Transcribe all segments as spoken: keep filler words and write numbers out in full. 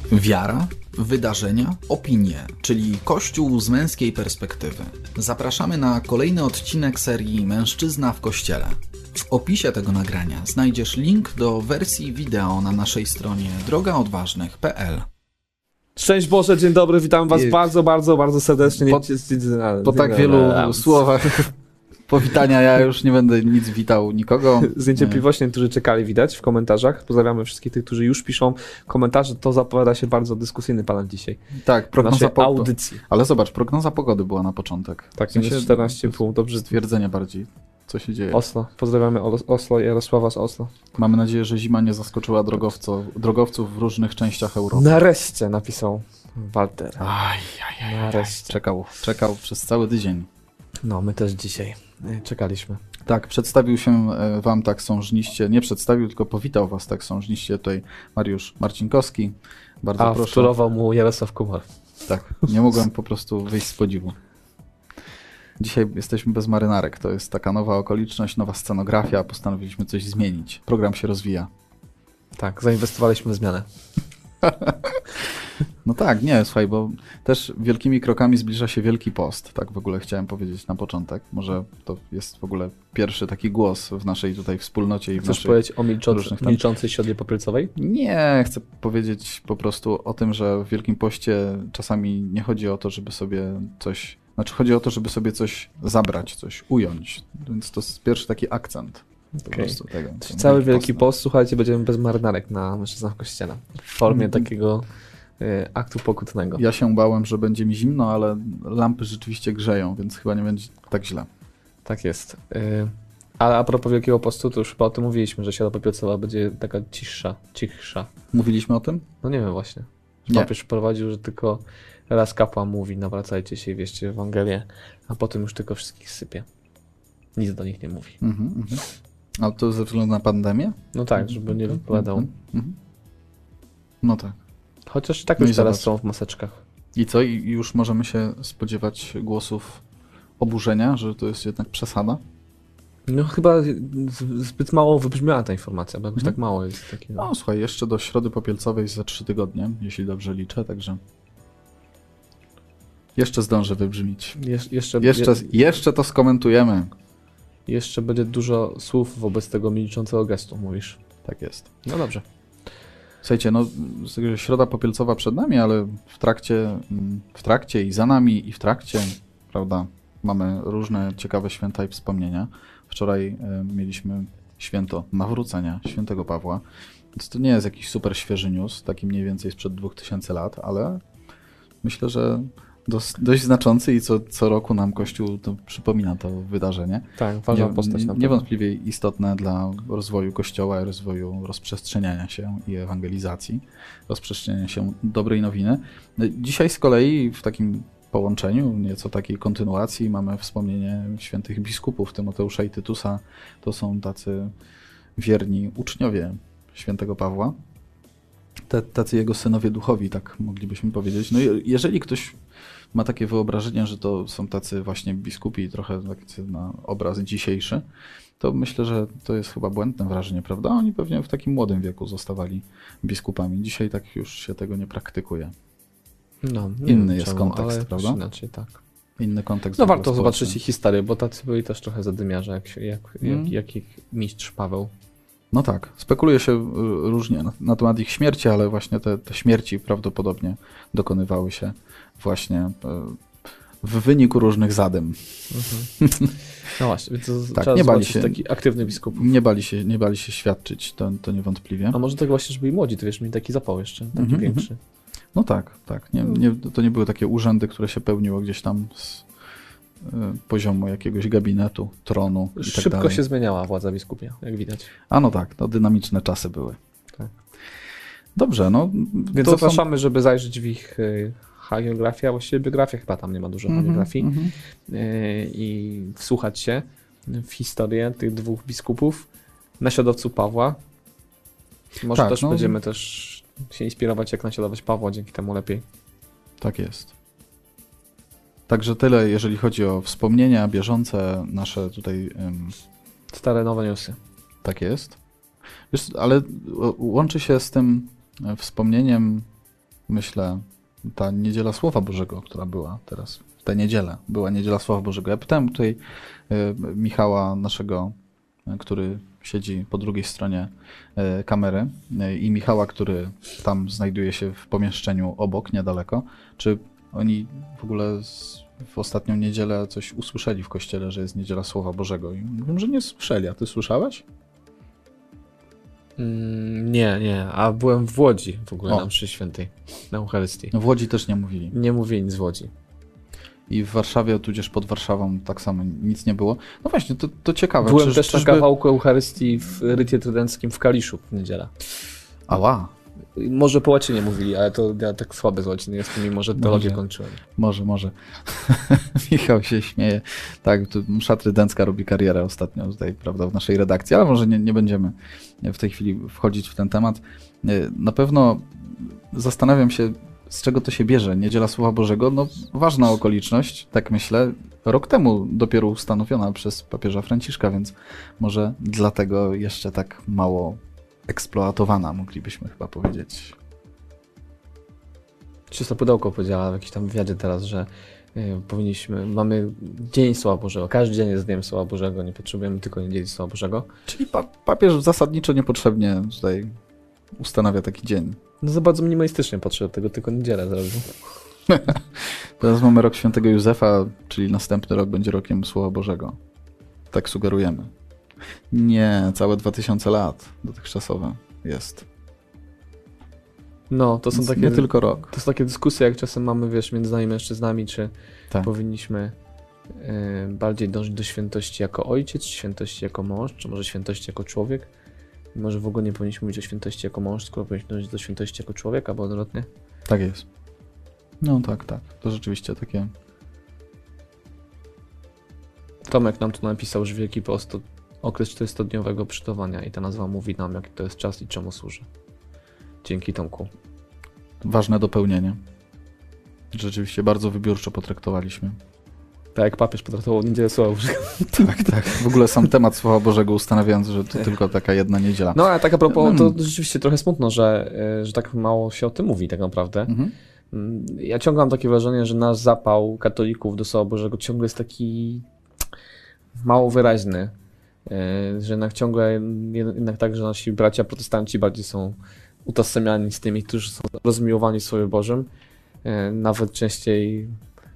Wiara, wydarzenia, opinie, czyli Kościół z męskiej perspektywy. Zapraszamy na kolejny odcinek serii Mężczyzna w Kościele. W opisie tego nagrania znajdziesz link do wersji wideo na naszej stronie droga odważnych kropka p l. Szczęść Boże, dzień dobry, witam was I... bardzo, bardzo, bardzo serdecznie. Po, po tak wielu słowach powitania ja już nie będę nic witał nikogo. Z niecierpliwością, którzy czekali, widać w komentarzach. Pozdrawiamy wszystkich tych, którzy już piszą komentarze. To zapowiada się bardzo dyskusyjny panel dzisiaj. Tak, prognoza po... audycji. Ale zobacz, prognoza pogody była na początek. Tak, w sensie czternaście pół, dobrze. Stwierdzenie bardziej, co się dzieje. Oslo, pozdrawiamy Oslo, Jarosława z Oslo. Mamy nadzieję, że zima nie zaskoczyła drogowców, drogowców w różnych częściach Europy. Nareszcie, napisał Walter. Aj, aj, aj, Nareszcie. Czekał, czekał przez cały tydzień. No, my też dzisiaj czekaliśmy. Tak, przedstawił się wam tak sążniście, nie przedstawił, tylko powitał was tak sążniście tutaj Mariusz Marcinkowski. Bardzo A proszę. wtórował mu Jarosław Kumar. Tak, nie mogłem po prostu wyjść z podziwu. Dzisiaj jesteśmy bez marynarek, to jest taka nowa okoliczność, nowa scenografia, postanowiliśmy coś zmienić. Program się rozwija. Tak, zainwestowaliśmy w zmianę. No tak, nie, słuchaj, bo też wielkimi krokami zbliża się Wielki Post, tak w ogóle chciałem powiedzieć na początek. Może to jest w ogóle pierwszy taki głos w naszej tutaj wspólnocie. I w Chcesz naszej powiedzieć o milczący, tam... milczącej siodle popielcowej? Nie, chcę powiedzieć po prostu o tym, że w Wielkim Poście czasami nie chodzi o to, żeby sobie coś, znaczy chodzi o to, żeby sobie coś zabrać, coś ująć, więc to jest pierwszy taki akcent. Po okay. prostu tego. Cały Wielki, Wielki Post, Post, słuchajcie, będziemy bez marynarek na Mężczyznach w Kościele. W formie mm. takiego y, aktu pokutnego. Ja się bałem, że będzie mi zimno, ale lampy rzeczywiście grzeją, więc chyba nie będzie tak źle. Tak jest. Y, ale a propos Wielkiego Postu, to już chyba o tym mówiliśmy, że siodła popielcowa będzie taka cichsza, cichsza. Mówiliśmy o tym? No nie wiem właśnie. Papież wprowadził, że tylko raz kapłan mówi, nawracajcie się i wierzcie w Ewangelię, a potem już tylko wszystkich sypie. Nic do nich nie mówi. Mhm, mhm. Ale to ze względu na pandemię? No tak, żeby nie wypowiadał. Mhm. No tak. Chociaż tak no już teraz są w maseczkach. I co? I już możemy się spodziewać głosów oburzenia, że to jest jednak przesada? No chyba zbyt mało wybrzmiała ta informacja, bo jakoś mhm. tak mało jest takiego. No słuchaj, jeszcze do Środy Popielcowej za trzy tygodnie, jeśli dobrze liczę, także jeszcze zdążę wybrzmieć. Jesz jeszcze, jeszcze, je jeszcze to skomentujemy. Jeszcze będzie dużo słów wobec tego milczącego gestu, mówisz. Tak jest. No dobrze. Słuchajcie, no Środa Popielcowa przed nami, ale w trakcie, w trakcie i za nami i w trakcie, prawda, mamy różne ciekawe święta i wspomnienia. Wczoraj y, mieliśmy święto nawrócenia świętego Pawła, więc to nie jest jakiś super świeży news, taki mniej więcej sprzed dwóch tysięcy lat, ale myślę, że Dość, dość znaczący i co, co roku nam Kościół to przypomina to wydarzenie. Tak, ważna postać na Niewątpliwie istotne dla rozwoju Kościoła, rozwoju rozprzestrzeniania się i ewangelizacji, rozprzestrzeniania się dobrej nowiny. Dzisiaj z kolei w takim połączeniu, nieco takiej kontynuacji, mamy wspomnienie świętych biskupów Tymoteusza i Tytusa. To są tacy wierni uczniowie świętego Pawła. Te, tacy jego synowie duchowi, tak moglibyśmy powiedzieć. No jeżeli ktoś ma takie wyobrażenie, że to są tacy właśnie biskupi, trochę tacy na obraz dzisiejszy, to myślę, że to jest chyba błędne wrażenie, prawda? Oni pewnie w takim młodym wieku zostawali biskupami. Dzisiaj tak już się tego nie praktykuje. No, nie Inny wiem jest czemu, kontekst, ale prawda? Inaczej, tak. Inny kontekst. No warto zobaczyć ich historię, bo tacy byli też trochę zadymiarze, jak, jak, hmm. jak, jak ich mistrz Paweł. No tak, spekuluje się różnie na, na temat ich śmierci, ale właśnie te, te śmierci prawdopodobnie dokonywały się właśnie w wyniku różnych zadym. Mhm. No właśnie, to tak, trzeba nie bali się, taki aktywny biskup. Nie bali się, nie bali się świadczyć, to, to niewątpliwie. A może tak właśnie, że byli młodzi, to wiesz, mieli taki zapał jeszcze, taki mhm, większy. No tak, tak. Nie, nie, to nie były takie urzędy, które się pełniło gdzieś tam z y, poziomu jakiegoś gabinetu, tronu i Szybko tak dalej. się zmieniała władza biskupia, jak widać. A no tak, to dynamiczne czasy były. Tak. Dobrze, no. Więc zapraszamy, są... żeby zajrzeć w ich y, hagiografię, a właściwie biografię, chyba tam nie ma dużo mm-hmm, hagiografii, mm-hmm. y, i wsłuchać się w historię tych dwóch biskupów, naśladowców Pawła. Może tak, też no... będziemy też się inspirować, jak naśladować Pawła, dzięki temu lepiej. Tak jest. Także tyle, jeżeli chodzi o wspomnienia bieżące, nasze tutaj... Um... Stare, nowe newsy. Tak jest. Wiesz, ale łączy się z tym wspomnieniem myślę, ta Niedziela Słowa Bożego, która była teraz, w tę niedzielę, była Niedziela Słowa Bożego. Ja pytałem tutaj y, Michała, naszego, y, który siedzi po drugiej stronie y, kamery y, i Michała, który tam znajduje się w pomieszczeniu obok, niedaleko, czy oni w ogóle z, w ostatnią niedzielę coś usłyszeli w kościele, że jest Niedziela Słowa Bożego. I mówią, że nie słyszeli. A ty słyszałeś? Mm, nie, nie. A byłem w Łodzi w ogóle O. na mszy świętej, na Eucharystii. No w Łodzi też nie mówili. Nie mówili nic w Łodzi. I w Warszawie, tudzież pod Warszawą tak samo nic nie było. No właśnie, to, to ciekawe. Byłem Czyż- też na czyżby- kawałku Eucharystii w Rycie Trydenckim w Kaliszu w niedzielę. Ała, Może po łacinie mówili, ale to ja tak słaby z łaciny jestem, mimo że teologię Może. kończyłem. może, może. Michał się śmieje. Tak, tu msza trydencka robi karierę ostatnio tutaj, prawda, w naszej redakcji, ale może nie, nie będziemy w tej chwili wchodzić w ten temat. Na pewno zastanawiam się, z czego to się bierze. Niedziela Słowa Bożego, no ważna okoliczność, tak myślę, rok temu dopiero ustanowiona przez papieża Franciszka, więc może dlatego jeszcze tak mało eksploatowana, moglibyśmy chyba powiedzieć. Siostra Pudełko powiedziała w jakimś tam wywiadzie teraz, że y, powinniśmy, mamy Dzień Słowa Bożego, każdy dzień jest Dniem Słowa Bożego, nie potrzebujemy tylko Niedzieli Słowa Bożego. Czyli pa- papież zasadniczo niepotrzebnie tutaj ustanawia taki dzień. No za bardzo minimalistycznie podszedł tego, tylko niedzielę zrobił. Teraz mamy rok Świętego Józefa, czyli następny rok będzie rokiem Słowa Bożego. Tak sugerujemy. Nie, całe dwa tysiące lat dotychczasowe jest. No, to są Więc takie... nie tylko rok. To są takie dyskusje, jak czasem mamy, wiesz, między nami mężczyznami, czy Tak. powinniśmy y, bardziej dążyć do świętości jako ojciec, świętości jako mąż, czy może świętości jako człowiek. Może w ogóle nie powinniśmy mówić o świętości jako mąż, tylko powinniśmy dążyć do świętości jako człowiek, albo odwrotnie. Tak jest. No tak, tak. To rzeczywiście takie... Tomek nam tu napisał, że Wielki Post to okres czterystodniowego przygotowania i ta nazwa mówi nam, jaki to jest czas i czemu służy. Dzięki, Tomku. ważne dopełnienie. Rzeczywiście bardzo wybiórczo potraktowaliśmy. Tak jak papież potraktował Niedzielę Słowa Bożego. Tak, tak. W ogóle sam temat Słowa Bożego ustanawiając, że to tylko taka jedna niedziela. No ale tak a propos, Mm. to rzeczywiście trochę smutno, że, y, że tak mało się o tym mówi tak naprawdę. Mhm. Mm, Ja ciągle mam takie wrażenie, że nasz zapał katolików do Słowa Bożego ciągle jest taki mało wyraźny. y, Że jednak ciągle jednak tak, że nasi bracia protestanci bardziej są utożsamiani z tymi, którzy są rozmiłowani Słowem Bożym. y, Nawet częściej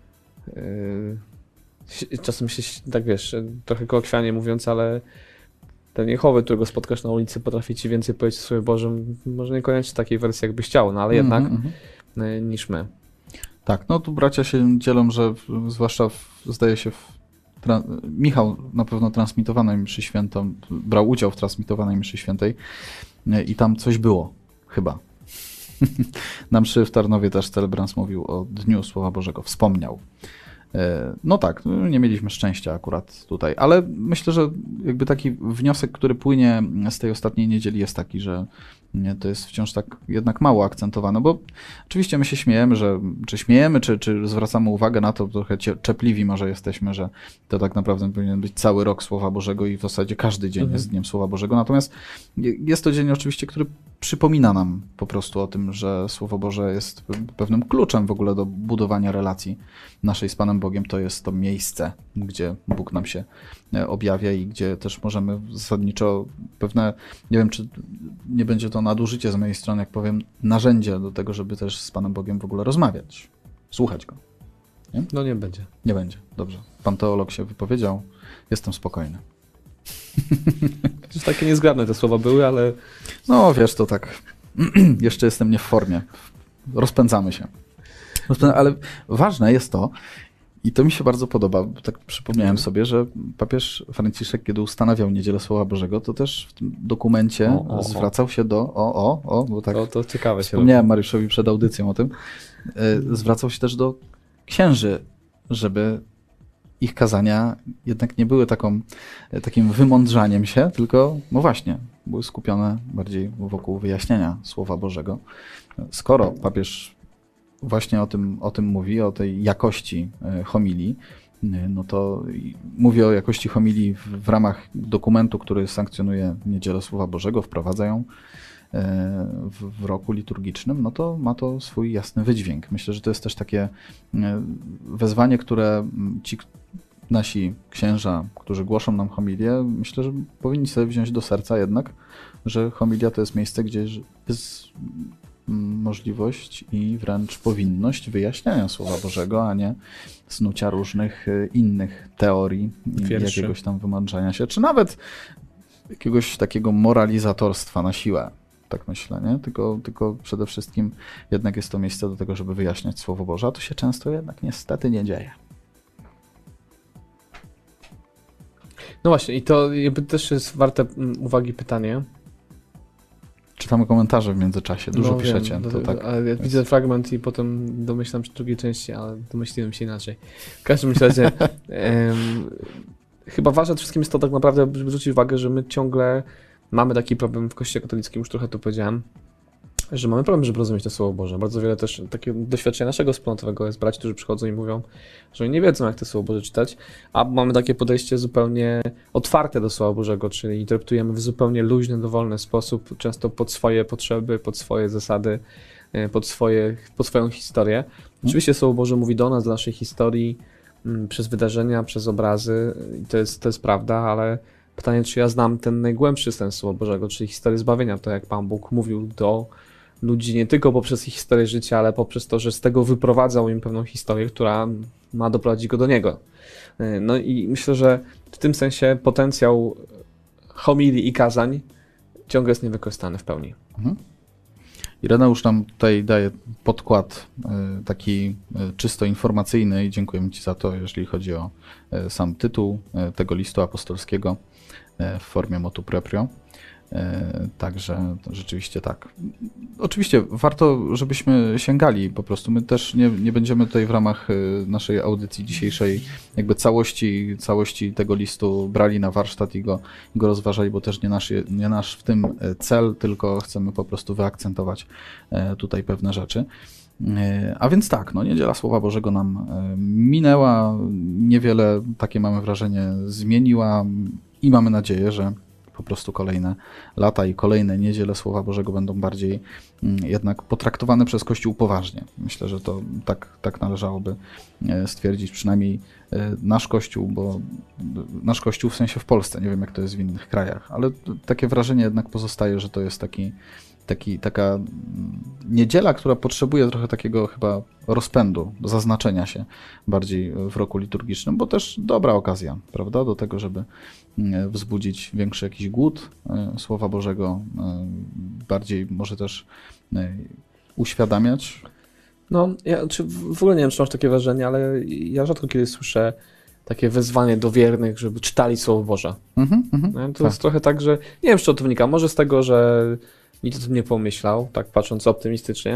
y, czasem się, tak wiesz, trochę kolokwialnie mówiąc, ale ten Jehowy, którego spotkasz na ulicy, potrafi ci więcej powiedzieć o Słowie Bożym, może niekoniecznie takiej wersji jakbyś chciał, no ale jednak Mhm, mhm. y, niż my. Tak, no tu bracia się dzielą, że w, zwłaszcza w, zdaje się w, tra, Michał na pewno transmitowanej mszy świętą, brał udział w transmitowanej mszy świętej nie, i tam coś było, chyba. Na mszy w Tarnowie też celebrans mówił o Dniu Słowa Bożego, wspomniał. E, No tak, nie mieliśmy szczęścia akurat tutaj, ale myślę, że jakby taki wniosek, który płynie z tej ostatniej niedzieli jest taki, że nie, to jest wciąż tak jednak mało akcentowane, bo oczywiście my się śmiejemy, że czy śmiejemy, czy, czy zwracamy uwagę na to, trochę cie- czepliwi może jesteśmy, że to tak naprawdę powinien być cały rok Słowa Bożego i w zasadzie każdy dzień Mhm. jest Dniem Słowa Bożego, natomiast je- jest to dzień oczywiście, który przypomina nam po prostu o tym, że Słowo Boże jest pe- pewnym kluczem w ogóle do budowania relacji naszej z Panem Bogiem. To jest to miejsce, gdzie Bóg nam się e, objawia i gdzie też możemy zasadniczo pewne, nie wiem, czy nie będzie to nadużycie z mojej strony, jak powiem, narzędzie do tego, żeby też z Panem Bogiem w ogóle rozmawiać, słuchać Go. No nie będzie. Nie będzie, dobrze. Pan teolog się wypowiedział, jestem spokojny. Już takie niezgrabne te słowa były, ale No wiesz, to tak, jeszcze jestem nie w formie, rozpędzamy się. Rozpędzamy, ale ważne jest to, i to mi się bardzo podoba, bo tak przypomniałem sobie, że papież Franciszek, kiedy ustanawiał Niedzielę Słowa Bożego, to też w tym dokumencie O, o, o. zwracał się do, o, o, o, bo tak to, to ciekawe się wspomniałem Mariuszowi przed audycją o tym, e, zwracał się też do księży, żeby ich kazania jednak nie były taką, e, takim wymądrzaniem się, tylko, no właśnie, były skupione bardziej wokół wyjaśnienia Słowa Bożego. Skoro papież właśnie o tym, o tym mówi, o tej jakości e, homilii, e, no to i mówi o jakości homilii w, w ramach dokumentu, który sankcjonuje Niedzielę Słowa Bożego, wprowadza ją. w, w roku liturgicznym, no to ma to swój jasny wydźwięk. Myślę, że to jest też takie wezwanie, które ci nasi księża, którzy głoszą nam homilię, myślę, że powinni sobie wziąć do serca jednak, że homilia to jest miejsce, gdzie jest możliwość i wręcz powinność wyjaśniania Słowa Bożego, a nie snucia różnych innych teorii i jakiegoś tam wymądrzania się, czy nawet jakiegoś takiego moralizatorstwa na siłę, tak myślę, nie? Tylko, tylko przede wszystkim jednak jest to miejsce do tego, żeby wyjaśniać Słowo Boże, a to się często jednak niestety nie dzieje. No właśnie, i to jakby też jest warte uwagi pytanie. Czytamy komentarze w międzyczasie, dużo no, piszecie. Wiem, to to, tak ale ja jest. Widzę fragment i potem domyślam się drugiej części, ale domyśliłem się inaczej. W każdym razie em, chyba ważne przede wszystkim jest to tak naprawdę, żeby zwrócić uwagę, że my ciągle mamy taki problem w Kościele katolickim, już trochę to powiedziałem, że mamy problem, żeby rozumieć to Słowo Boże. Bardzo wiele też takiego doświadczenia naszego wspólnotowego jest braci, którzy przychodzą i mówią, że oni nie wiedzą, jak to Słowo Boże czytać, a mamy takie podejście zupełnie otwarte do Słowa Bożego, czyli interpretujemy w zupełnie luźny, dowolny sposób, często pod swoje potrzeby, pod swoje zasady, pod, swoje, pod swoją historię. Oczywiście Słowo Boże mówi do nas, do naszej historii, przez wydarzenia, przez obrazy i to jest, to jest prawda, ale pytanie, czy ja znam ten najgłębszy sens Słowa Bożego, czyli historię zbawienia, to jak Pan Bóg mówił do ludzi nie tylko poprzez ich historię życia, ale poprzez to, że z tego wyprowadzał im pewną historię, która ma doprowadzić go do Niego. No i myślę, że w tym sensie potencjał homilii i kazań ciągle jest niewykorzystany w pełni. Mhm. Ireneusz nam tutaj daje podkład taki czysto informacyjny i dziękujemy Ci za to, jeżeli chodzi o sam tytuł tego listu apostolskiego w formie motu proprio. Także rzeczywiście tak. Oczywiście warto, żebyśmy sięgali po prostu. My też nie, nie będziemy tutaj w ramach naszej audycji dzisiejszej jakby całości, całości tego listu brali na warsztat i go, go rozważali, bo też nie nasz, nie nasz w tym cel, tylko chcemy po prostu wyakcentować tutaj pewne rzeczy. A więc tak, no niedziela Słowa Bożego nam minęła, niewiele, takie mamy wrażenie, zmieniła i mamy nadzieję, że po prostu kolejne lata i kolejne niedziele Słowa Bożego będą bardziej jednak potraktowane przez Kościół poważnie. Myślę, że to tak, tak należałoby stwierdzić, przynajmniej nasz Kościół, bo nasz Kościół w sensie w Polsce, nie wiem jak to jest w innych krajach, ale takie wrażenie jednak pozostaje, że to jest taki, taki, taka niedziela, która potrzebuje trochę takiego chyba rozpędu, zaznaczenia się bardziej w roku liturgicznym, bo też dobra okazja, prawda, do tego, żeby wzbudzić większy jakiś głód Słowa Bożego, bardziej może też uświadamiać. No, ja czy w ogóle nie wiem, czy masz takie wrażenie, ale ja rzadko kiedy słyszę takie wezwanie do wiernych, żeby czytali Słowo Boże. Mm-hmm, mm-hmm, to tak. Jest trochę tak, że nie wiem, z czego to wynika. Może z tego, że nikt o tym nie pomyślał, tak patrząc optymistycznie,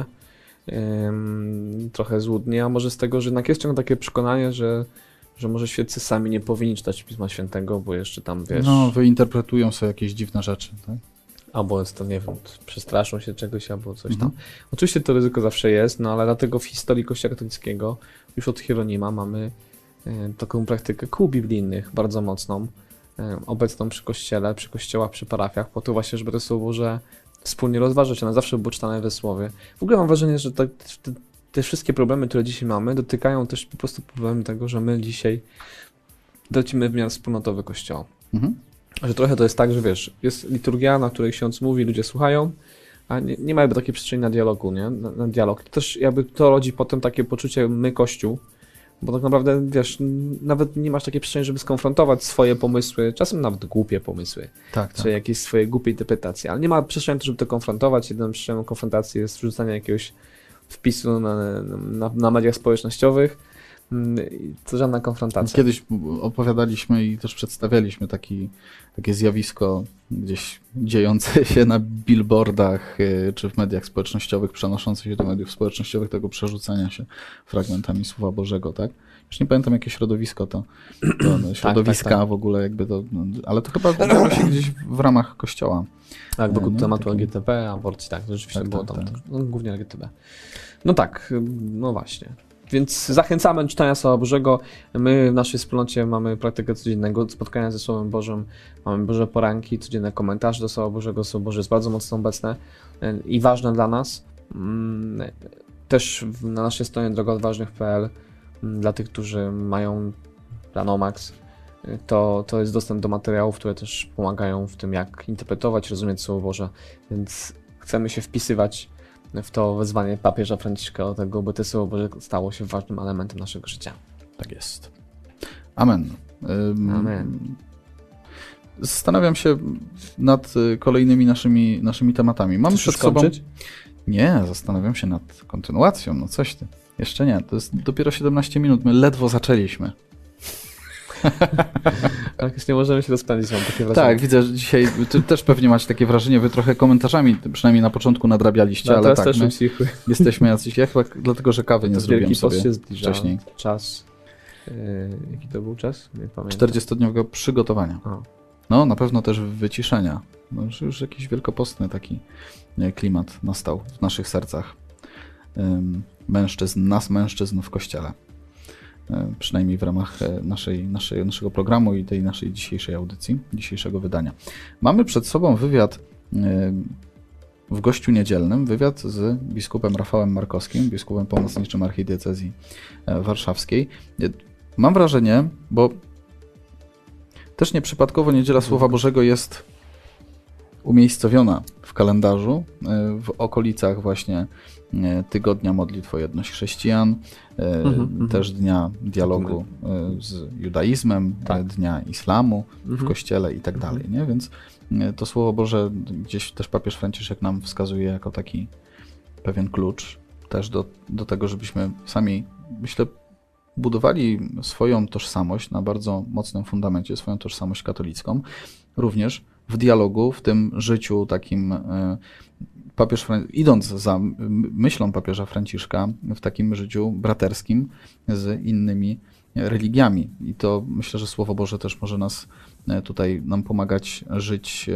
ym, trochę złudnie, a może z tego, że jednak jest ciągle takie przekonanie, że że może świeccy sami nie powinni czytać Pisma Świętego, bo jeszcze tam, wiesz... No, wyinterpretują sobie jakieś dziwne rzeczy, tak? Albo jest to, nie wiem, przestraszą się czegoś, albo coś mhm. tam. Oczywiście to ryzyko zawsze jest, no ale dlatego w historii Kościoła katolickiego już od Hieronima mamy e, taką praktykę kół biblijnych bardzo mocną, e, obecną przy Kościele, przy kościołach, przy parafiach, po to właśnie, żeby to Słowo Boże wspólnie rozważać, one zawsze było czytane we Słowie. W ogóle mam wrażenie, że te, te, te wszystkie problemy, które dzisiaj mamy, dotykają też po prostu problemu tego, że my dzisiaj tracimy wymiar wspólnotowy Kościoła. Mhm. Że trochę to jest tak, że wiesz, jest liturgia, na której ksiądz mówi, ludzie słuchają, a nie, nie ma jakby takiej przestrzeni na dialogu, nie? Na, na dialog. Też jakby to rodzi potem takie poczucie my Kościół, bo tak naprawdę, wiesz, nawet nie masz takiej przestrzeni, żeby skonfrontować swoje pomysły, czasem nawet głupie pomysły, tak, czy tak. jakieś swoje głupie interpretacje, ale nie ma przestrzeni, żeby to konfrontować. Jedyną przestrzenią konfrontacji jest wrzucanie jakiegoś wpisu na, na, na mediach społecznościowych. To żadna konfrontacja. Kiedyś opowiadaliśmy i też przedstawialiśmy taki, takie zjawisko gdzieś dziejące się na billboardach czy w mediach społecznościowych, przenoszące się do mediów społecznościowych, tego przerzucania się fragmentami Słowa Bożego, tak? Już nie pamiętam, jakie środowisko to, to no, środowiska tak, tak, tak. w ogóle jakby to, no, ale to chyba działo się gdzieś w ramach Kościoła. Tak, wokół no, tematu L G B T, aborcji, tak, rzeczywiście tak, było tak, tam, tak. No, głównie L G B T. No tak, no właśnie. Więc zachęcamy do czytania Słowa Bożego. My w naszej wspólnocie mamy praktykę codziennego spotkania ze Słowem Bożym. Mamy Boże poranki, codzienne komentarze do Słowa Bożego. Słowo Boże jest bardzo mocno obecne i ważne dla nas. Też na naszej stronie droga odważnych kropka p l dla tych, którzy mają Planomax, to, to jest dostęp do materiałów, które też pomagają w tym, jak interpretować, rozumieć Słowo Boże. Więc chcemy się wpisywać w to wezwanie papieża Franciszka do tego, by to Słowo Boże stało się ważnym elementem naszego życia. Tak jest. Amen. Amen. Zastanawiam się nad kolejnymi naszymi, naszymi tematami. Mam przed sobą... kończyć? Nie, zastanawiam się nad kontynuacją. No coś ty. Jeszcze nie. To jest dopiero siedemnaście minut. My ledwo zaczęliśmy. Ale już nie możemy się rozpędzić, mam takie wrażenie. Tak, widzę, że dzisiaj ty też pewnie macie takie wrażenie, wy trochę komentarzami, przynajmniej na początku nadrabialiście, no, ale tak, też my ucichły. jesteśmy jacyś, ja chyba dlatego, że kawy nie zrobiłem Wielki sobie Post się zbliża. wcześniej. Czas, yy, jaki to był czas? Nie pamiętam. czterdziestodniowego przygotowania. O. No, na pewno też wyciszenia. No, już, już jakiś wielkopostny taki nie, klimat nastał w naszych sercach. Ym, mężczyzn, nas mężczyzn w Kościele. Przynajmniej w ramach naszej, naszej, naszego programu i tej naszej dzisiejszej audycji, dzisiejszego wydania. Mamy przed sobą wywiad w gościu niedzielnym, wywiad z biskupem Rafałem Markowskim, biskupem pomocniczym archidiecezji warszawskiej. Mam wrażenie, bo też nieprzypadkowo Niedziela Słowa Bożego jest umiejscowiona w kalendarzu w okolicach właśnie Tygodnia Modlitw o Jedność Chrześcijan, mhm, też Dnia Dialogu z judaizmem, tak. Dnia Islamu mhm. w Kościele i tak dalej. Nie? Więc to Słowo Boże gdzieś też papież Franciszek nam wskazuje jako taki pewien klucz też do, do tego, żebyśmy sami, myślę, budowali swoją tożsamość na bardzo mocnym fundamencie, swoją tożsamość katolicką, również w dialogu, w tym życiu takim, papież, idąc za myślą papieża Franciszka, w takim życiu braterskim z innymi religiami. I to myślę, że Słowo Boże też może nas tutaj, nam pomagać żyć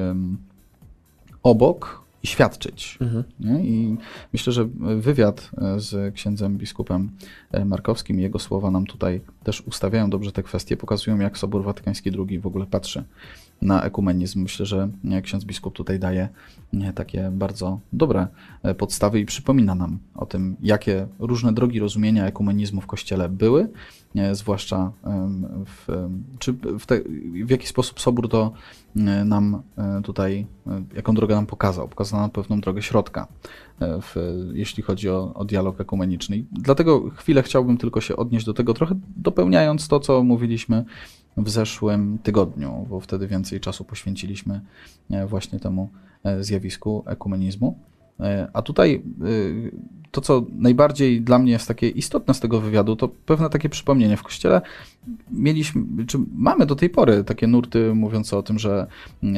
obok i świadczyć. Mhm. Nie? I myślę, że wywiad z księdzem biskupem Markowskim i jego słowa nam tutaj też ustawiają dobrze te kwestie, pokazują, jak Sobór Watykański drugi w ogóle patrzy na ekumenizm. Myślę, że ksiądz biskup tutaj daje takie bardzo dobre podstawy i przypomina nam o tym, jakie różne drogi rozumienia ekumenizmu w Kościele były, zwłaszcza w, czy w, te, w jaki sposób Sobór to nam tutaj, jaką drogę nam pokazał. Pokazał nam pewną drogę środka, w, jeśli chodzi o, o dialog ekumeniczny. Dlatego chwilę chciałbym tylko się odnieść do tego, trochę dopełniając to, co mówiliśmy w zeszłym tygodniu, bo wtedy więcej czasu poświęciliśmy właśnie temu zjawisku ekumenizmu. A tutaj to, co najbardziej dla mnie jest takie istotne z tego wywiadu, to pewne takie przypomnienie. W Kościele mieliśmy, czy mamy do tej pory takie nurty mówiące o tym, że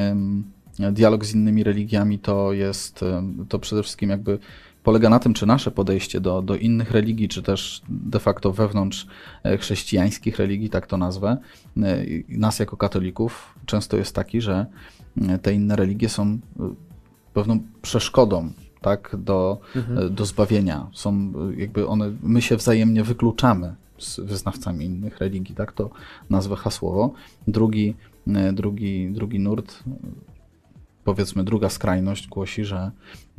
dialog z innymi religiami to jest, to przede wszystkim jakby polega na tym, czy nasze podejście do, do innych religii, czy też de facto wewnątrz chrześcijańskich religii, tak to nazwę, nas jako katolików, często jest taki, że te inne religie są pewną przeszkodą, tak, do, mhm. do zbawienia. Są jakby one, my się wzajemnie wykluczamy z wyznawcami innych religii, tak to nazwę hasłowo. Drugi, drugi, drugi nurt, powiedzmy druga skrajność głosi, że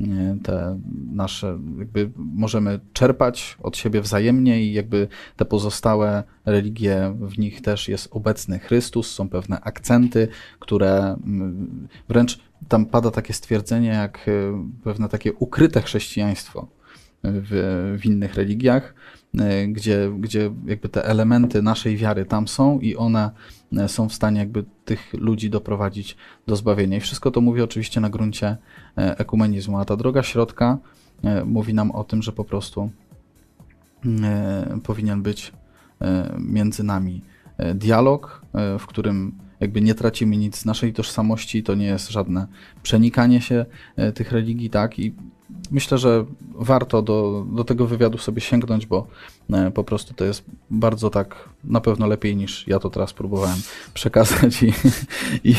te nasze, jakby możemy czerpać od siebie wzajemnie i jakby te pozostałe religie, w nich też jest obecny Chrystus, są pewne akcenty, które wręcz tam pada takie stwierdzenie jak pewne takie ukryte chrześcijaństwo w, w innych religiach, gdzie, gdzie jakby te elementy naszej wiary tam są i one są w stanie jakby tych ludzi doprowadzić do zbawienia. I wszystko to mówi oczywiście na gruncie ekumenizmu, a ta droga środka mówi nam o tym, że po prostu powinien być między nami dialog, w którym jakby nie tracimy nic z naszej tożsamości, to nie jest żadne przenikanie się tych religii, tak? I myślę, że warto do, do tego wywiadu sobie sięgnąć, bo po prostu to jest bardzo tak, na pewno lepiej niż ja to teraz próbowałem przekazać i, i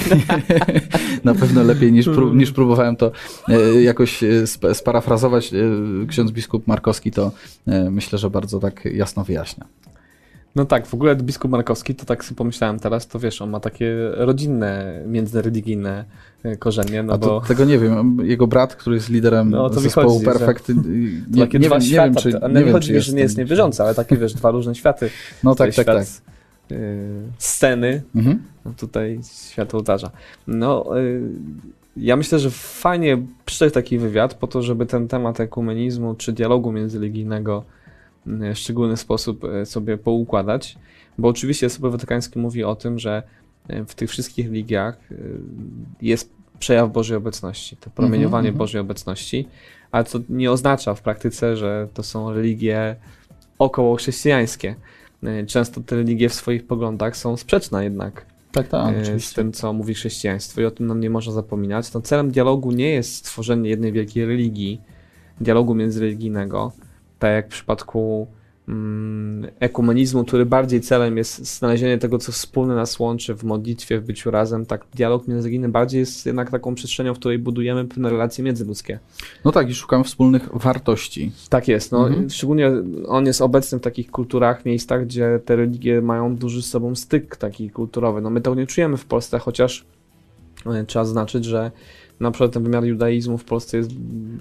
na pewno lepiej niż, pró- niż próbowałem to jakoś sp- sparafrazować. Ksiądz biskup Markowski to myślę, że bardzo tak jasno wyjaśnia. No tak, w ogóle biskup Markowski, to tak sobie pomyślałem teraz, to wiesz, on ma takie rodzinne, międzyreligijne korzenie, no A to, bo... tego nie wiem, jego brat, który jest liderem no, to zespołu chodzi, Perfect, że... nie, takie nie, dwa wiem, świata, nie wiem, czy, to, nie nie wiem, chodzi czy mi, jest że nie jest niewierzący, ale takie, wiesz, dwa różne światy. No tak, tak, tak. Yy, sceny, mhm. no tutaj świat ołtarza. No, yy, ja myślę, że fajnie przeczytać taki wywiad po to, żeby ten temat ekumenizmu czy dialogu międzyreligijnego w szczególny sposób sobie poukładać, bo oczywiście Sobór Watykański mówi o tym, że w tych wszystkich religiach jest przejaw Bożej obecności, to promieniowanie mm-hmm. Bożej obecności, ale to nie oznacza w praktyce, że to są religie około chrześcijańskie. Często te religie w swoich poglądach są sprzeczne jednak tak, tak, z tym, co mówi chrześcijaństwo i o tym nam nie można zapominać. To celem dialogu nie jest stworzenie jednej wielkiej religii, dialogu międzyreligijnego, tak jak w przypadku mm, ekumenizmu, który bardziej celem jest znalezienie tego, co wspólne nas łączy w modlitwie, w byciu razem, tak dialog międzyreligijny bardziej jest jednak taką przestrzenią, w której budujemy pewne relacje międzyludzkie. No tak, i szukamy wspólnych wartości. Tak jest, no mhm. szczególnie on jest obecny w takich kulturach, miejscach, gdzie te religie mają duży z sobą styk taki kulturowy. No my tego nie czujemy w Polsce, chociaż trzeba zaznaczyć, że na przykład ten wymiar judaizmu w Polsce jest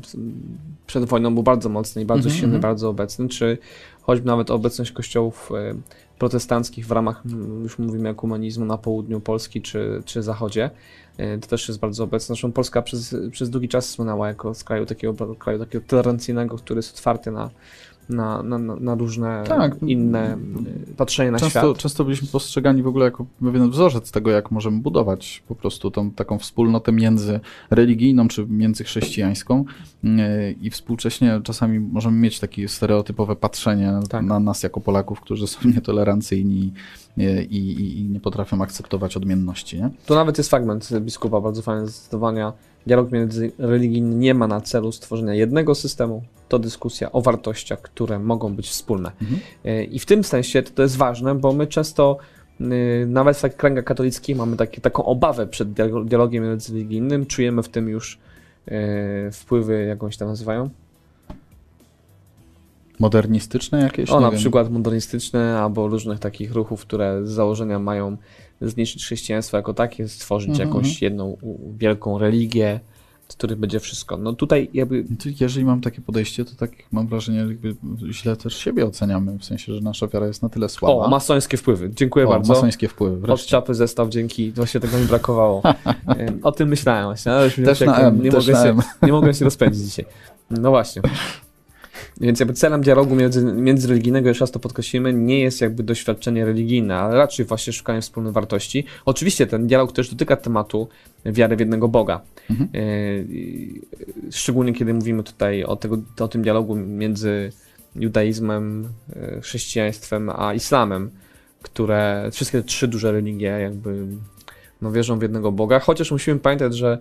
przed wojną był bardzo mocny i bardzo mm-hmm. silny, bardzo obecny, czy choćby nawet obecność kościołów protestanckich w ramach, już mówimy, ekumenizmu na południu Polski czy, czy zachodzie, to też jest bardzo obecne. Zresztą Polska przez, przez długi czas słynęła jako z kraju takiego, kraju takiego tolerancyjnego, który jest otwarty na Na, na, na różne tak. inne patrzenie na często, świat. Często byliśmy postrzegani w ogóle jako pewien wzorzec tego, jak możemy budować po prostu tą taką wspólnotę międzyreligijną czy międzychrześcijańską i współcześnie czasami możemy mieć takie stereotypowe patrzenie tak. na nas jako Polaków, którzy są nietolerancyjni i, i, i nie potrafią akceptować odmienności. Nie? To nawet jest fragment biskupa bardzo fajny zdecydowania. Dialog międzyreligijny nie ma na celu stworzenia jednego systemu, to dyskusja o wartościach, które mogą być wspólne. Mhm. I w tym sensie to, to jest ważne, bo my często, nawet w takich kręgach katolickich, mamy takie, taką obawę przed dialogiem międzyreligijnym, czujemy w tym już wpływy, jakąś tam nazywają? Modernistyczne jakieś? O, nie na wiem. przykład modernistyczne, albo różnych takich ruchów, które z założenia mają zniszczyć chrześcijaństwo jako takie, stworzyć mm-hmm. jakąś jedną wielką religię, z której będzie wszystko. No tutaj jakby... Jeżeli mam takie podejście, to tak mam wrażenie, jakby źle też siebie oceniamy, w sensie, że nasza wiara jest na tyle słaba. O, masońskie wpływy. Dziękuję o, bardzo. masońskie wpływy. Wreszcie. Od czapy zestaw, dzięki. Właśnie tego mi brakowało. O tym myślałem właśnie. Ale już też na M, nie, też mogę na się, M. nie mogę się rozpędzić dzisiaj. No właśnie. Więc jakby celem dialogu między, międzyreligijnego, jeszcze raz to podkreślimy, nie jest jakby doświadczenie religijne, ale raczej właśnie szukanie wspólnych wartości. Oczywiście ten dialog też dotyka tematu wiary w jednego Boga. Mhm. E, szczególnie kiedy mówimy tutaj o, tego, o tym dialogu między judaizmem, chrześcijaństwem a islamem, które wszystkie te trzy duże religie jakby no, wierzą w jednego Boga, chociaż musimy pamiętać, że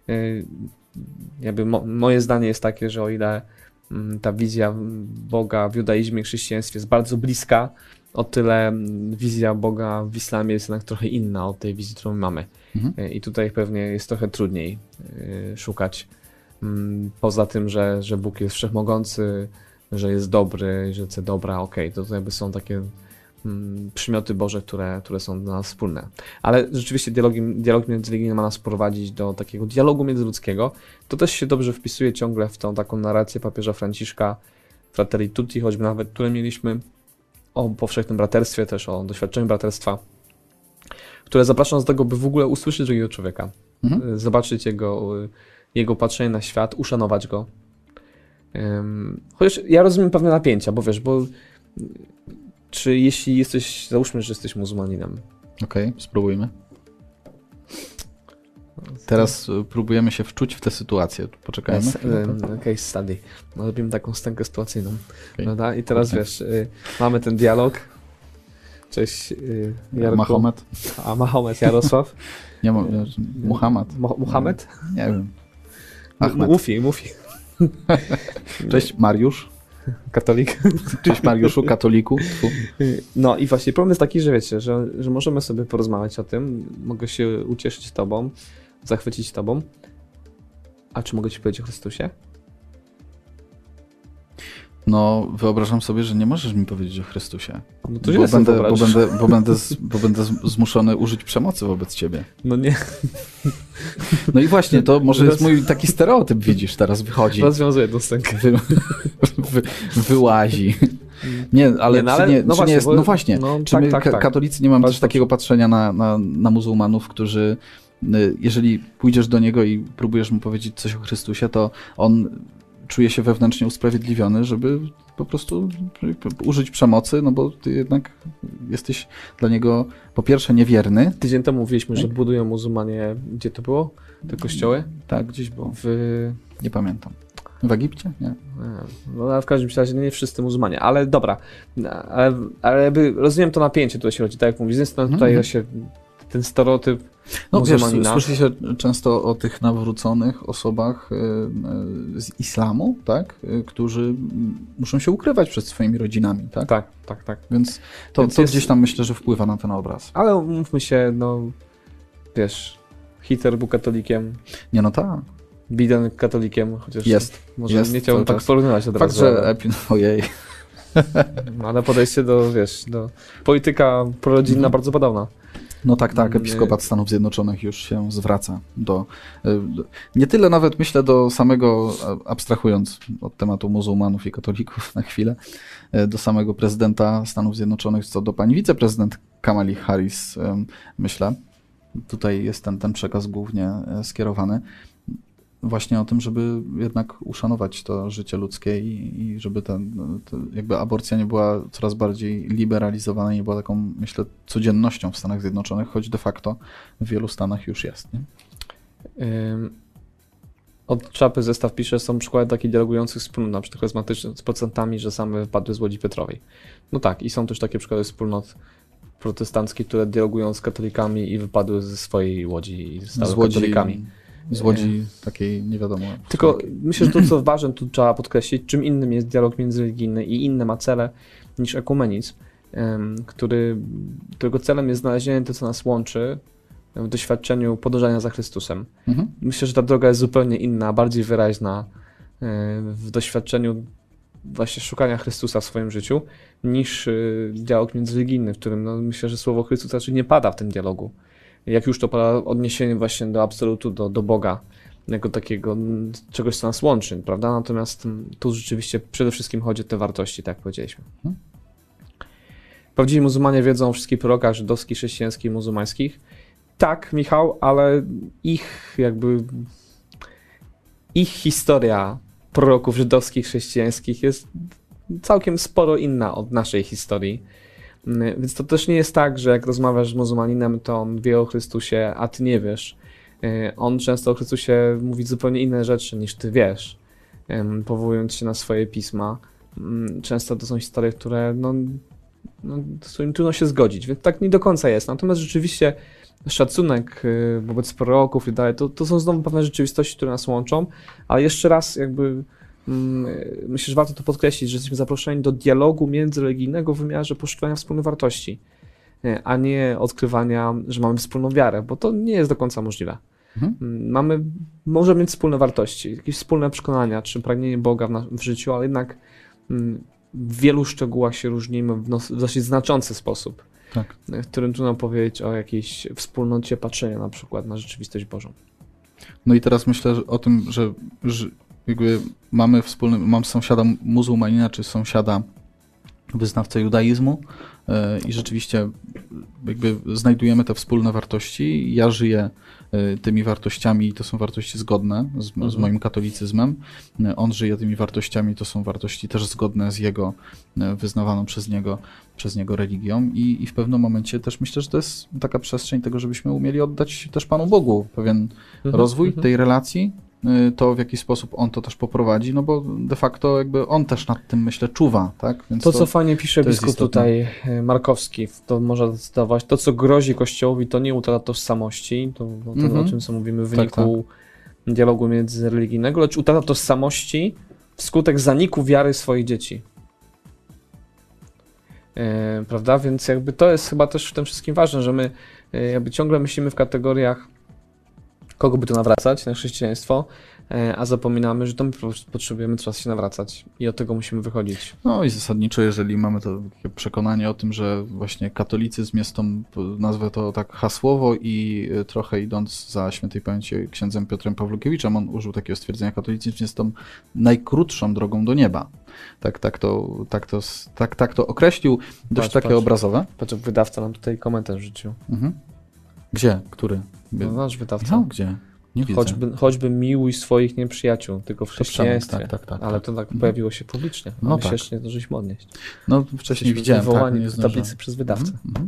jakby mo, moje zdanie jest takie, że o ile ta wizja Boga w judaizmie i chrześcijaństwie jest bardzo bliska, o tyle wizja Boga w islamie jest jednak trochę inna od tej wizji, którą mamy. Mhm. I tutaj pewnie jest trochę trudniej szukać. Poza tym, że, że Bóg jest wszechmogący, że jest dobry, że chce dobra, okej, okay, to jakby są takie przymioty Boże, które, które są dla nas wspólne. Ale rzeczywiście dialog, dialog międzyreligijny ma nas prowadzić do takiego dialogu międzyludzkiego. To też się dobrze wpisuje ciągle w tą taką narrację papieża Franciszka, Fratelli Tutti, choćby nawet, które mieliśmy o powszechnym braterstwie, też o doświadczeniu braterstwa, które zapraszam do tego, by w ogóle usłyszeć drugiego człowieka, mhm. zobaczyć jego, jego patrzenie na świat, uszanować go. Chociaż ja rozumiem pewne napięcia, bo wiesz, bo czy jeśli jesteś, załóżmy, że jesteś muzułmaninem. Okej, okay, spróbujmy. Teraz próbujemy się wczuć w tę sytuację. Poczekajmy. Case, case study. No, robimy taką scenkę sytuacyjną. Okay. Prawda? I teraz okay. wiesz, y, mamy ten dialog. Cześć yy, Jarku. Mahomet. A Mahomet, Jarosław. Nie, mo- Muhammad. Mo- Muhammad? Nie wiem. Ahmed. Mufi, Mufi. Cześć Mariusz. Katolik. Cześć Mariuszu, katoliku. Fu. No i właśnie problem jest taki, że wiecie, że, że możemy sobie porozmawiać o tym, mogę się ucieszyć tobą, zachwycić tobą, a czy mogę ci powiedzieć o Chrystusie? No, wyobrażam sobie, że nie możesz mi powiedzieć o Chrystusie. No to bo, będę, bo, będę, bo, będę z, bo będę zmuszony użyć przemocy wobec ciebie. No nie. No i właśnie, to może jest mój taki stereotyp, widzisz, teraz wychodzi. Rozwiązuję tę scenkę. Wy, wy, wyłazi. Nie, ale, nie, no, ale czy nie, no, czy właśnie, nie jest, no właśnie, no, czy tak, my tak, tak. katolicy nie mamy Bardzo też takiego patrzenia na, na, na muzułmanów, którzy, jeżeli pójdziesz do niego i próbujesz mu powiedzieć coś o Chrystusie, to on czuje się wewnętrznie usprawiedliwiony, żeby po prostu użyć przemocy, no bo ty jednak jesteś dla niego po pierwsze niewierny. Tydzień temu mówiliśmy, tak? że budują muzułmanie, gdzie to było? Te kościoły? Tak, gdzieś było. W... Nie pamiętam. W Egipcie? Nie. No ale w każdym razie nie wszyscy muzułmanie, ale dobra. Ale, ale jakby rozumiem to napięcie, które się rodzi, tak jak mówisz, z jednej strony tutaj mm-hmm. się ten stereotyp no wiesz, słyszy się często o tych nawróconych osobach z islamu, tak, którzy muszą się ukrywać przed swoimi rodzinami, tak? Tak, tak, tak. Więc to, Więc to jest... gdzieś tam myślę, że wpływa na ten obraz. Ale umówmy się, no wiesz, Hitler był katolikiem. Nie, no tak. Biden katolikiem, chociaż jest, może jest, nie chciałbym tak porównywać od razu. Fakt, że Epin, ojej. No, ale podejście do, wiesz, do polityka prorodzinna mm. bardzo podobna. No tak, tak, episkopat Stanów Zjednoczonych już się zwraca do, do, nie tyle nawet myślę do samego, abstrahując od tematu muzułmanów i katolików na chwilę, do samego prezydenta Stanów Zjednoczonych, co do pani wiceprezydent Kamali Harris, myślę. Tutaj jest ten, ten przekaz głównie skierowany. Właśnie o tym, żeby jednak uszanować to życie ludzkie i, i żeby ten, to jakby aborcja nie była coraz bardziej liberalizowana, nie była taką, myślę, codziennością w Stanach Zjednoczonych, choć de facto w wielu stanach już jest. Nie? Um, od czapy zestaw pisze, są przykłady takich dialogujących wspólnot, na przykład charyzmatycznych, z procentami, że same wypadły z Łodzi Petrowej. No tak, i są też takie przykłady wspólnot protestanckich, które dialogują z katolikami i wypadły ze swojej Łodzi i stały Łodzi... katolikami. Z Łodzi takiej nie wiadomo. Tylko myślę, że to co ważne, tu trzeba podkreślić, czym innym jest dialog międzyreligijny i inne ma cele niż ekumenizm, który, którego celem jest znalezienie tego, co nas łączy w doświadczeniu podążania za Chrystusem. Mhm. Myślę, że ta droga jest zupełnie inna, bardziej wyraźna w doświadczeniu właśnie szukania Chrystusa w swoim życiu, niż dialog międzyreligijny, w którym no, myślę, że słowo Chrystus raczej nie pada w tym dialogu. Jak już to pada odniesienie właśnie do absolutu, do, do Boga, jako takiego czegoś, co nas łączy, prawda? Natomiast tu rzeczywiście przede wszystkim chodzi o te wartości, tak jak powiedzieliśmy. Hmm. Prawdziwi muzułmanie wiedzą o wszystkich prorokach żydowskich, chrześcijańskich, muzułmańskich. Tak, Michał, ale ich jakby ich historia proroków żydowskich, chrześcijańskich jest całkiem sporo inna od naszej historii. Więc to też nie jest tak, że jak rozmawiasz z muzułmaninem, to on wie o Chrystusie, a ty nie wiesz. On często o Chrystusie mówi zupełnie inne rzeczy niż ty wiesz, powołując się na swoje pisma. Często to są historie, które no, no, z którymi trudno się zgodzić, więc tak nie do końca jest. Natomiast rzeczywiście szacunek wobec proroków i dalej, to, to są znowu pewne rzeczywistości, które nas łączą, ale jeszcze raz jakby myślę, że warto to podkreślić, że jesteśmy zaproszeni do dialogu międzyreligijnego w wymiarze poszukiwania wspólnych wartości, a nie odkrywania, że mamy wspólną wiarę, bo to nie jest do końca możliwe. Mhm. Mamy, możemy mieć wspólne wartości, jakieś wspólne przekonania, czy pragnienie Boga w, na, w życiu, ale jednak w wielu szczegółach się różnimy w, no, w dosyć znaczący sposób, tak. w którym trudno powiedzieć o jakiejś wspólnocie patrzenia na przykład na rzeczywistość Bożą. No i teraz myślę że o tym, że, że jakby mamy wspólny, mam sąsiada muzułmanina, czy sąsiada wyznawcę judaizmu yy, i rzeczywiście jakby znajdujemy te wspólne wartości. Ja żyję yy, tymi wartościami i to są wartości zgodne z, mhm. z moim katolicyzmem. Yy, on żyje tymi wartościami i to są wartości też zgodne z jego yy, wyznawaną przez niego, przez niego religią I, i w pewnym momencie też myślę, że to jest taka przestrzeń tego, żebyśmy umieli oddać też Panu Bogu pewien mhm. rozwój mhm. tej relacji. to w jaki sposób on to też poprowadzi, no bo de facto jakby on też nad tym, myślę, czuwa, tak? Więc to, to, co fajnie pisze biskup tutaj Markowski, to można zdecydować, to co grozi Kościołowi, to nie utrata tożsamości, to, to mm-hmm. o czym co mówimy w wyniku tak, tak. dialogu międzyreligijnego, lecz utrata tożsamości wskutek zaniku wiary swoich dzieci. E, prawda? Więc jakby to jest chyba też w tym wszystkim ważne, że my e, jakby ciągle myślimy w kategoriach kogo by to nawracać na chrześcijaństwo, e, a zapominamy, że to my potrzebujemy coraz się nawracać i od tego musimy wychodzić. No i zasadniczo, jeżeli mamy to takie przekonanie o tym, że właśnie katolicyzm jest tą, nazwę to tak hasłowo i trochę idąc za świętej pamięci księdzem Piotrem Pawłukiewiczem, on użył takiego stwierdzenia, katolicyzm jest tą najkrótszą drogą do nieba. Tak, tak, to, tak, to, tak, tak to określił, dość patrz, takie patrz. obrazowe. Patrz, wydawca nam tutaj komentarz rzucił. Mhm. Gdzie? Który? No, nasz wydawca. No, gdzie? Nie widzę. Choćby, choćby miłuj swoich nieprzyjaciół, tylko w chrześcijaństwie. Tak, tak, tak, ale to tak mhm. pojawiło się publicznie. No, no tak. się nie zdążyliśmy odnieść. No wcześniej Jesteśmy widziałem. Wywołani tak, do tablicy przez wydawcę. Mhm.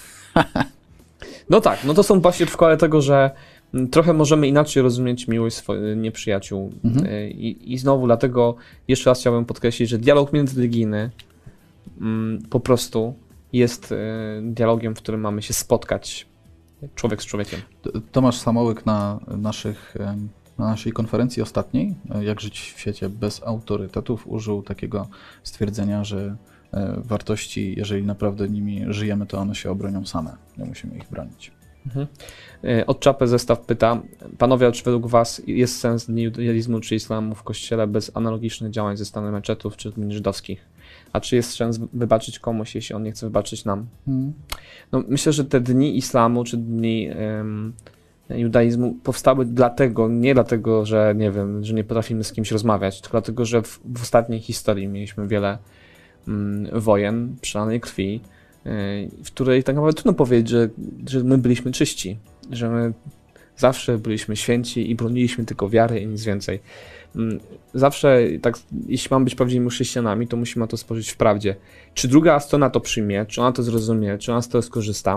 No tak, no to są właśnie przykłady tego, że trochę możemy inaczej rozumieć miłość swoich nieprzyjaciół. Mhm. I, I znowu dlatego jeszcze raz chciałbym podkreślić, że dialog międzyreligijny mm, po prostu jest y, dialogiem, w którym mamy się spotkać człowiek z człowiekiem. Tomasz Samołyk na, naszych, na naszej konferencji ostatniej, Jak żyć w świecie bez autorytetów, użył takiego stwierdzenia, że wartości, jeżeli naprawdę nimi żyjemy, to one się obronią same. Nie musimy ich bronić. Mhm. Od Czapy zestaw pyta, panowie, czy według was jest sens judaizmu czy islamu w kościele bez analogicznych działań ze strony meczetów czy gmin żydowskich? A czy jest sens wybaczyć komuś, jeśli on nie chce wybaczyć nam? Hmm. No, myślę, że te dni islamu czy dni um, judaizmu powstały dlatego, nie dlatego, że nie wiem, że nie potrafimy z kimś rozmawiać, tylko dlatego, że w, w ostatniej historii mieliśmy wiele um, wojen, przelanej krwi, w której tak naprawdę trudno powiedzieć, że, że my byliśmy czyści, że my zawsze byliśmy święci i broniliśmy tylko wiary i nic więcej. Zawsze, tak, jeśli mamy być prawdziwymi chrześcijanami, to musimy to spojrzeć w prawdzie. Czy druga strona to przyjmie, czy ona to zrozumie, czy ona z tego skorzysta?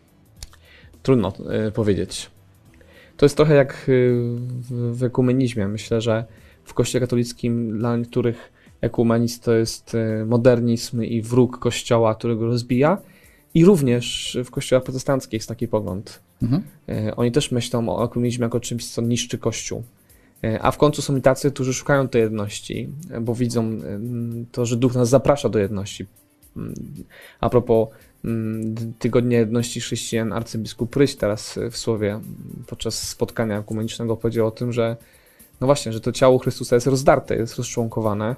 Trudno y, powiedzieć. To jest trochę jak w, w ekumenizmie. Myślę, że w Kościele katolickim dla niektórych ekumenizm to jest modernizm i wróg Kościoła, którego rozbija. I również w kościołach protestanckich jest taki pogląd. Mhm. Oni też myślą o ekumenizmie jako czymś, co niszczy Kościół. A w końcu są i tacy, którzy szukają tej jedności, bo widzą to, że Duch nas zaprasza do jedności. A propos Tygodnia Jedności Chrześcijan, arcybiskup Pryś teraz w Słowie podczas spotkania ekumenicznego powiedział o tym, że no właśnie, że to ciało Chrystusa jest rozdarte, jest rozczłonkowane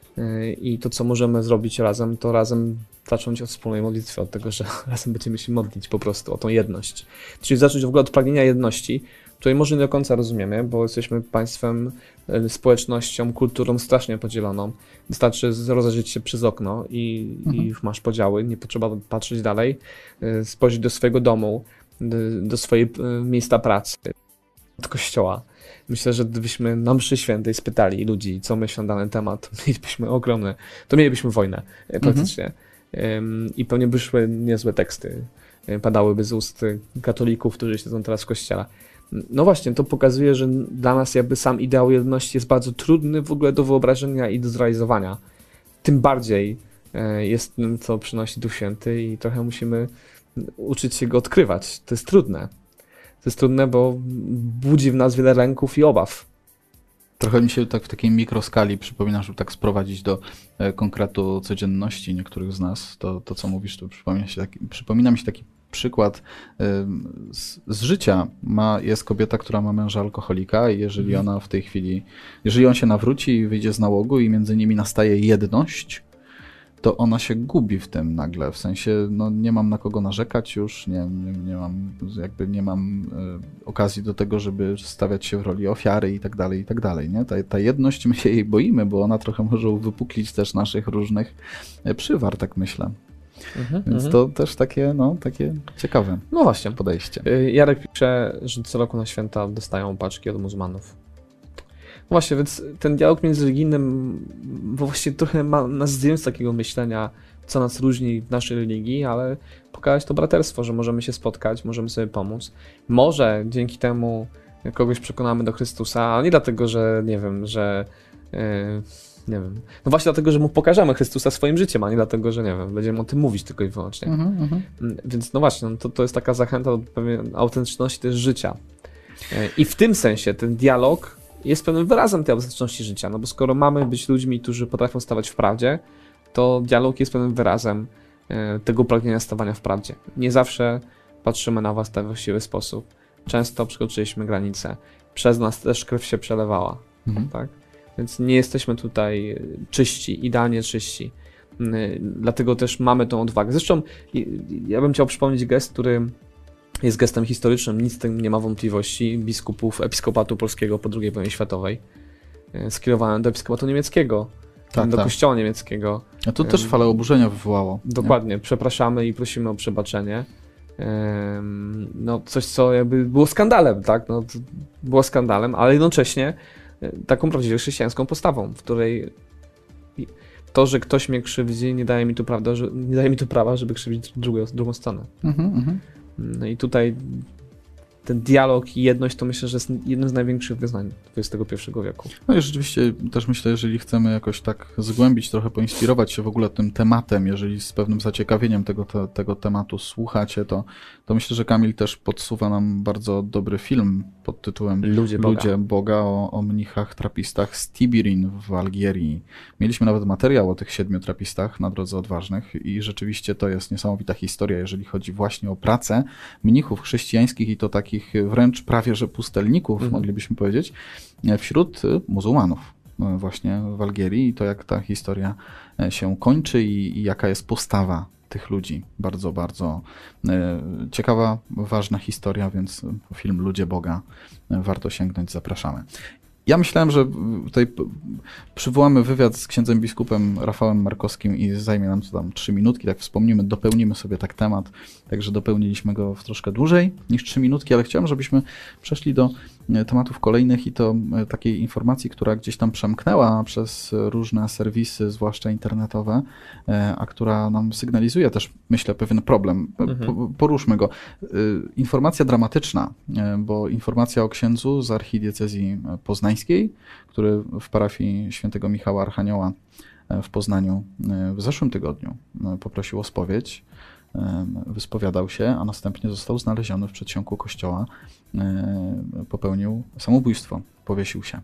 i to, co możemy zrobić razem, to razem zacząć od wspólnej modlitwy, od tego, że razem będziemy się modlić po prostu o tą jedność. Czyli zacząć w ogóle od pragnienia jedności, której może nie do końca rozumiemy, bo jesteśmy państwem, społecznością, kulturą strasznie podzieloną. Wystarczy rozejrzeć się przez okno i, mhm. i już masz podziały, nie potrzeba patrzeć dalej, spojrzeć do swojego domu, do, do swojej miejsca pracy, od kościoła. Myślę, że gdybyśmy na mszy świętej spytali ludzi, co myślą na ten temat, to mielibyśmy ogromne, to mielibyśmy wojnę praktycznie. Mhm. I pewnie by szły niezłe teksty, padałyby z ust katolików, którzy siedzą teraz w kościele. No właśnie, to pokazuje, że dla nas jakby sam ideał jedności jest bardzo trudny w ogóle do wyobrażenia i do zrealizowania. Tym bardziej jest tym, co przynosi Duch Święty i trochę musimy uczyć się go odkrywać. To jest trudne. To jest trudne, bo budzi w nas wiele lęków i obaw. Trochę mi się tak w takiej mikroskali przypomina, żeby tak sprowadzić do konkretu codzienności niektórych z nas. To, to co mówisz, to przypomina, się taki, przypomina mi się taki przykład z, z życia. Ma, jest kobieta, która ma męża alkoholika i jeżeli ona w tej chwili, jeżeli on się nawróci i wyjdzie z nałogu i między nimi nastaje jedność, to ona się gubi w tym nagle, w sensie no nie mam na kogo narzekać już, nie, nie, nie mam jakby nie mam y, okazji do tego, żeby stawiać się w roli ofiary i tak dalej, i tak dalej, nie? Ta, ta jedność, my się jej boimy, bo ona trochę może uwypuklić też naszych różnych przywar, tak myślę. Mhm, Więc mhm. to też takie, no, takie ciekawe no właśnie. podejście. Jarek pisze, że co roku na święta dostają paczki od muzułmanów. No właśnie, więc ten dialog międzyreligijny bo właśnie trochę ma nas zdjąć z takiego myślenia, co nas różni w naszej religii, ale pokazać to braterstwo, że możemy się spotkać, możemy sobie pomóc. Może dzięki temu kogoś przekonamy do Chrystusa, ale nie dlatego, że nie wiem, że yy, nie wiem. No właśnie dlatego, że mu pokażemy Chrystusa swoim życiem, a nie dlatego, że nie wiem, będziemy o tym mówić tylko i wyłącznie. Mm-hmm. Więc no właśnie, no to, to jest taka zachęta do pewnej autentyczności też życia. Yy, I w tym sensie ten dialog jest pewnym wyrazem tej autentyczności życia, no bo skoro mamy być ludźmi, którzy potrafią stawać w prawdzie, to dialog jest pewnym wyrazem yy, tego pragnienia stawania w prawdzie. Nie zawsze patrzymy na was w właściwy sposób. Często przekroczyliśmy granice. Przez nas też krew się przelewała. Mhm. Tak? Więc nie jesteśmy tutaj czyści, idealnie czyści. Dlatego też mamy tą odwagę. Zresztą ja bym chciał przypomnieć gest, który jest gestem historycznym, nic z tym nie ma wątpliwości, biskupów Episkopatu Polskiego po drugiej wojnie światowej, skierowany do Episkopatu Niemieckiego, tak, do tak. Kościoła niemieckiego. A to też falę oburzenia wywołało. Dokładnie. Nie? Przepraszamy i prosimy o przebaczenie. No coś, co jakby było skandalem, tak? No, było skandalem, ale jednocześnie taką prawdziwie chrześcijańską postawą, w której to, że ktoś mnie krzywdzi, nie daje mi tu, prawda, że, nie daje mi tu prawa, żeby krzywdzić drugą, drugą stronę. Mm-hmm. No i tutaj ten dialog i jedność to myślę, że jest jednym z największych wyznań dwudziestego pierwszego wieku. No i rzeczywiście też myślę, jeżeli chcemy jakoś tak zgłębić, trochę poinspirować się w ogóle tym tematem, jeżeli z pewnym zaciekawieniem tego, te, tego tematu słuchacie, to, to myślę, że Kamil też podsuwa nam bardzo dobry film pod tytułem Ludzie Boga, Ludzie Boga o, o mnichach trapistach z Tibirin w Algierii. Mieliśmy nawet materiał o tych siedmiu trapistach na Drodze Odważnych i rzeczywiście to jest niesamowita historia, jeżeli chodzi właśnie o pracę mnichów chrześcijańskich i to takich wręcz prawie że pustelników, mhm. moglibyśmy powiedzieć, wśród muzułmanów właśnie w Algierii i to jak ta historia się kończy i, i jaka jest postawa tych ludzi. Bardzo, bardzo ciekawa, ważna historia, więc film Ludzie Boga warto sięgnąć, zapraszamy. Ja myślałem, że tutaj przywołamy wywiad z księdzem biskupem Rafałem Markowskim i zajmie nam to tam trzy minutki, tak wspomnimy, dopełnimy sobie tak temat, także dopełniliśmy go w troszkę dłużej niż trzy minutki, ale chciałem, żebyśmy przeszli do tematów kolejnych i to takiej informacji, która gdzieś tam przemknęła przez różne serwisy, zwłaszcza internetowe, a która nam sygnalizuje też, myślę, pewien problem. Mhm. Poruszmy go. Informacja dramatyczna, bo informacja o księdzu z archidiecezji poznańskiej, który w parafii świętego Michała Archanioła w Poznaniu w zeszłym tygodniu poprosił o spowiedź, wyspowiadał się, a następnie został znaleziony w przedsionku kościoła, popełnił samobójstwo, powiesił się.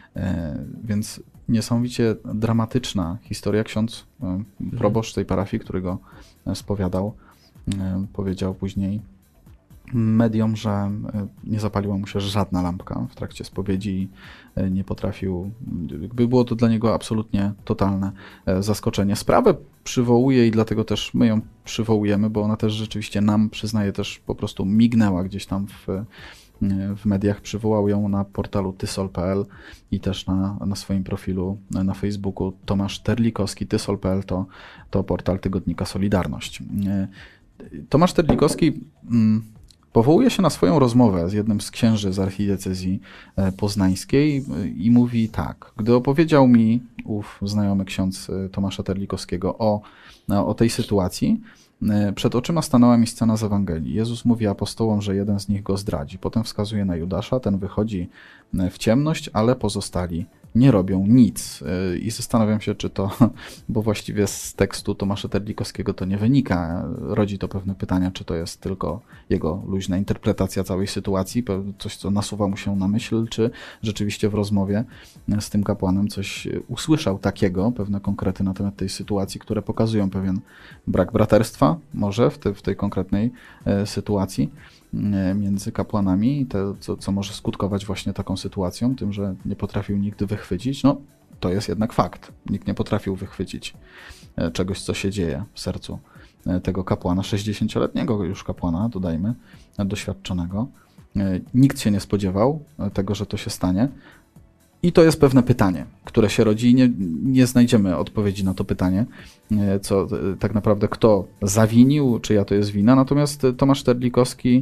Więc niesamowicie dramatyczna historia. Ksiądz proboszcz tej parafii, który go spowiadał, powiedział później mediom, że nie zapaliła mu się żadna lampka w trakcie spowiedzi i nie potrafił, jakby było to dla niego absolutnie totalne zaskoczenie. Sprawę przywołuje i dlatego też my ją przywołujemy, bo ona też rzeczywiście nam, przyznaję, też po prostu mignęła gdzieś tam w, w mediach. Przywołał ją na portalu tysol kropka pe el i też na, na swoim profilu na Facebooku Tomasz Terlikowski. tysol kropka pe el to, to portal tygodnika Solidarność. Tomasz Terlikowski powołuje się na swoją rozmowę z jednym z księży z archidiecezji poznańskiej i mówi tak: gdy opowiedział mi ów znajomy ksiądz Tomasza Terlikowskiego o, o tej sytuacji, przed oczyma stanęła mi scena z Ewangelii. Jezus mówi apostołom, że jeden z nich go zdradzi. Potem wskazuje na Judasza, ten wychodzi w ciemność, ale pozostali nie robią nic. I zastanawiam się, czy to, bo właściwie z tekstu Tomasza Terlikowskiego to nie wynika, rodzi to pewne pytania, czy to jest tylko jego luźna interpretacja całej sytuacji, coś, co nasuwa mu się na myśl, czy rzeczywiście w rozmowie z tym kapłanem coś usłyszał takiego, pewne konkrety na temat tej sytuacji, które pokazują pewien brak braterstwa, może w, te, w tej konkretnej sytuacji między kapłanami, to, co, co może skutkować właśnie taką sytuacją, tym, że nie potrafił nigdy wychwycić. No, to jest jednak fakt. Nikt nie potrafił wychwycić czegoś, co się dzieje w sercu tego kapłana, sześćdziesięcioletniego już kapłana, dodajmy, doświadczonego. Nikt się nie spodziewał tego, że to się stanie. I to jest pewne pytanie, które się rodzi i nie, nie znajdziemy odpowiedzi na to pytanie, co tak naprawdę kto zawinił, czyja to jest wina. Natomiast Tomasz Terlikowski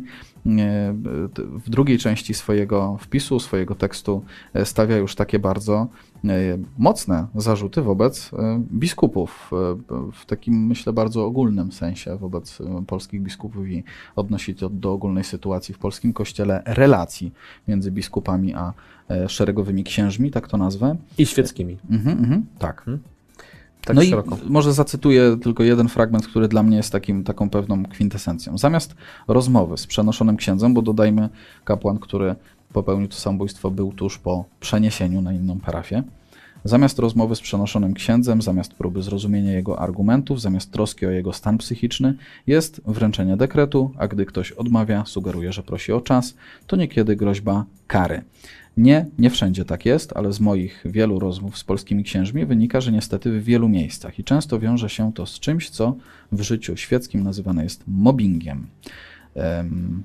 w drugiej części swojego wpisu, swojego tekstu stawia już takie bardzo mocne zarzuty wobec biskupów, w takim, myślę, bardzo ogólnym sensie wobec polskich biskupów i odnosi to do ogólnej sytuacji w polskim kościele, relacji między biskupami a szeregowymi księżmi, tak to nazwę. I świeckimi. Mhm, mhm, tak. Hmm. Tak no szeroko. I może zacytuję tylko jeden fragment, który dla mnie jest takim, taką pewną kwintesencją. Zamiast rozmowy z przenoszonym księdzem, bo dodajmy, kapłan, który popełnił to samobójstwo, był tuż po przeniesieniu na inną parafię. Zamiast rozmowy z przenoszonym księdzem, zamiast próby zrozumienia jego argumentów, zamiast troski o jego stan psychiczny, jest wręczenie dekretu, a gdy ktoś odmawia, sugeruje, że prosi o czas, to niekiedy groźba kary. Nie, nie wszędzie tak jest, ale z moich wielu rozmów z polskimi księżmi wynika, że niestety w wielu miejscach i często wiąże się to z czymś, co w życiu świeckim nazywane jest mobbingiem. Um,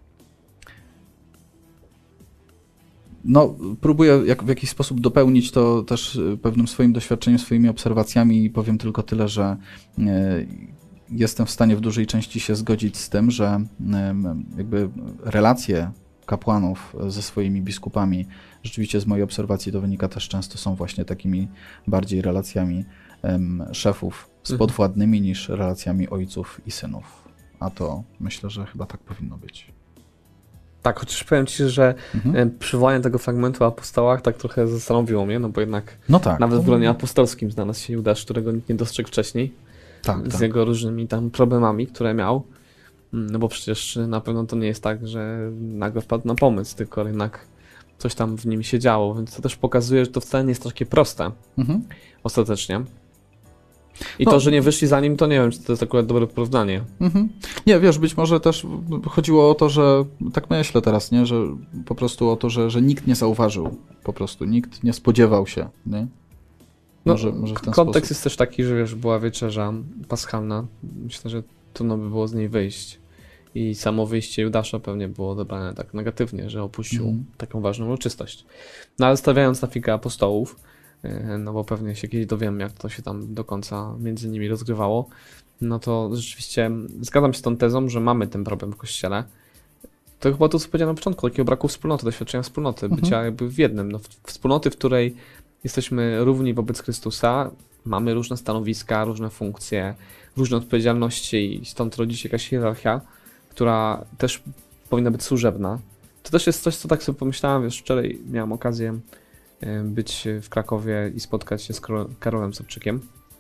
No, próbuję jak, w jakiś sposób dopełnić to też pewnym swoim doświadczeniem, swoimi obserwacjami i powiem tylko tyle, że y, jestem w stanie w dużej części się zgodzić z tym, że y, jakby relacje kapłanów ze swoimi biskupami, rzeczywiście z mojej obserwacji to wynika też często, są właśnie takimi bardziej relacjami um, szefów z podwładnymi mhm. niż relacjami ojców i synów. A to myślę, że chyba tak powinno być. Tak, chociaż powiem Ci, że mhm. przywołanie tego fragmentu o apostołach tak trochę zastanowiło mnie, no bo jednak no tak, nawet to... w gronie apostolskim znalazł się Judasz, którego nikt nie dostrzegł wcześniej, tak, z tak. jego różnymi tam problemami, które miał. No bo przecież na pewno to nie jest tak, że nagle wpadł na pomysł, tylko jednak coś tam w nim się działo, więc to też pokazuje, że to wcale nie jest takie proste mhm. ostatecznie. I no, to, że nie wyszli za nim, to nie wiem, czy to jest akurat dobre porównanie. Mhm. Nie, wiesz, być może też chodziło o to, że tak myślę teraz, nie, że po prostu o to, że, że nikt nie zauważył, po prostu nikt nie spodziewał się, nie? Może, no, może w ten kontekst sposób. jest też taki, że wiesz, była wieczerza paschalna, myślę, że trudno by było z niej wyjść. I samo wyjście Judasza pewnie było odebrane tak negatywnie, że opuścił mm. taką ważną uroczystość. No ale stawiając na figę apostołów, no bo pewnie się kiedyś dowiem, jak to się tam do końca między nimi rozgrywało, no to rzeczywiście zgadzam się z tą tezą, że mamy ten problem w Kościele. To chyba to, co powiedziałem na początku, takiego braku wspólnoty, doświadczenia wspólnoty, mm-hmm. bycia jakby w jednym. No, wspólnoty, w której jesteśmy równi wobec Chrystusa, mamy różne stanowiska, różne funkcje, różne odpowiedzialności i stąd rodzi się jakaś hierarchia, która też powinna być służebna. To też jest coś, co tak sobie pomyślałem, wiesz, wczoraj miałem okazję być w Krakowie i spotkać się z Karolem Sobczykiem.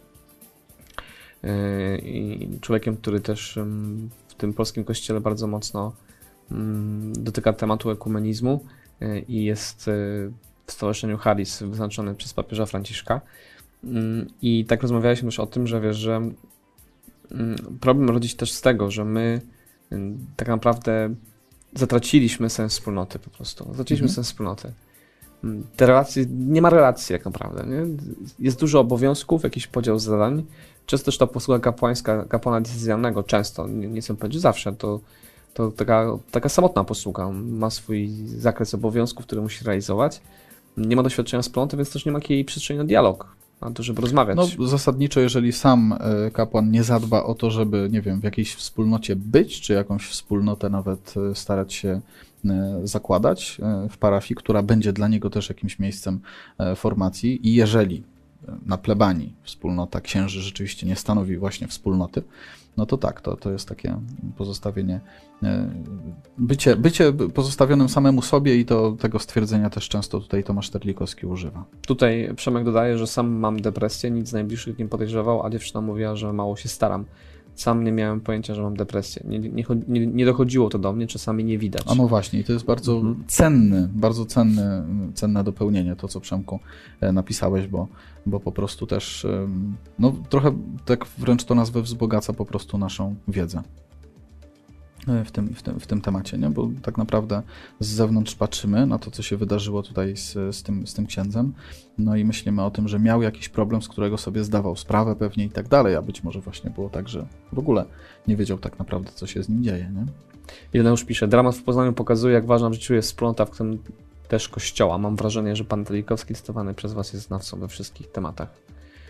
I człowiekiem, który też w tym polskim kościele bardzo mocno dotyka tematu ekumenizmu i jest w Stowarzyszeniu Charis wyznaczony przez papieża Franciszka. I tak rozmawialiśmy też o tym, że wiesz, że problem rodzi się też z tego, że my tak naprawdę zatraciliśmy sens wspólnoty po prostu. Zatraciliśmy mhm. sens wspólnoty. Te relacje, nie ma relacji tak naprawdę. Nie? Jest dużo obowiązków, jakiś podział zadań. Często też ta posługa kapłańska, kapłana decyzjalnego, często, nie, nie chcę powiedzieć zawsze, to, to taka, taka samotna posługa. Ma swój zakres obowiązków, który musi realizować. Nie ma doświadczenia wspólnoty, więc też nie ma takiej przestrzeni na dialog, na to, żeby rozmawiać. No zasadniczo, jeżeli sam kapłan nie zadba o to, żeby, nie wiem, w jakiejś wspólnocie być, czy jakąś wspólnotę nawet starać się zakładać w parafii, która będzie dla niego też jakimś miejscem formacji i jeżeli na plebanii wspólnota księży rzeczywiście nie stanowi właśnie wspólnoty, no to tak, to, to jest takie pozostawienie, bycie, bycie pozostawionym samemu sobie i to tego stwierdzenia też często tutaj Tomasz Terlikowski używa. Tutaj Przemek dodaje, że sam mam depresję, nic z najbliższych nie podejrzewał, a dziewczyna mówiła, że mało się staram. Sam nie miałem pojęcia, że mam depresję. Nie, nie, nie, nie dochodziło to do mnie, czasami nie widać. A no właśnie, i to jest bardzo mhm. cenny, bardzo cenny, cenne dopełnienie, to co Przemku napisałeś, bo, bo po prostu też no, trochę tak wręcz to nazwę wzbogaca po prostu naszą wiedzę w tym, w tym, w tym temacie, nie? Bo tak naprawdę z zewnątrz patrzymy na to, co się wydarzyło tutaj z, z, tym, z tym księdzem, no i myślimy o tym, że miał jakiś problem, z którego sobie zdawał sprawę pewnie i tak dalej, a być może właśnie było tak, że w ogóle nie wiedział tak naprawdę, co się z nim dzieje, nie? Ireneusz pisze, dramat w Poznaniu pokazuje, jak ważna w życiu jest wspólnota, w tym też kościoła. Mam wrażenie, że pan Terlikowski cytowany przez was jest znawcą we wszystkich tematach.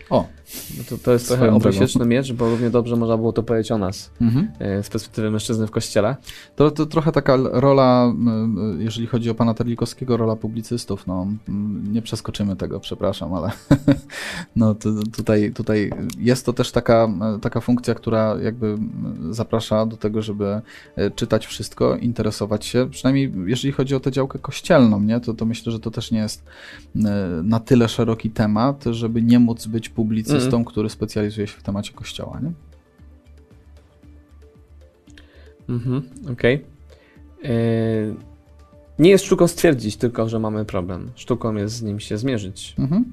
O, No to, to jest trochę obosieczny miecz, bo równie dobrze można było to powiedzieć o nas mhm. z perspektywy mężczyzny w kościele. To, to trochę taka rola, jeżeli chodzi o pana Terlikowskiego, rola publicystów. No, nie przeskoczymy tego, przepraszam, ale no, to, tutaj, tutaj jest to też taka, taka funkcja, która jakby zaprasza do tego, żeby czytać wszystko, interesować się. Przynajmniej jeżeli chodzi o tę działkę kościelną, nie? To, to myślę, że to też nie jest na tyle szeroki temat, żeby nie móc być publicystą, mm. który specjalizuje się w temacie kościoła, nie? Mhm, okej. Okay. Nie jest sztuką stwierdzić tylko, że mamy problem. Sztuką jest z nim się zmierzyć. Mhm.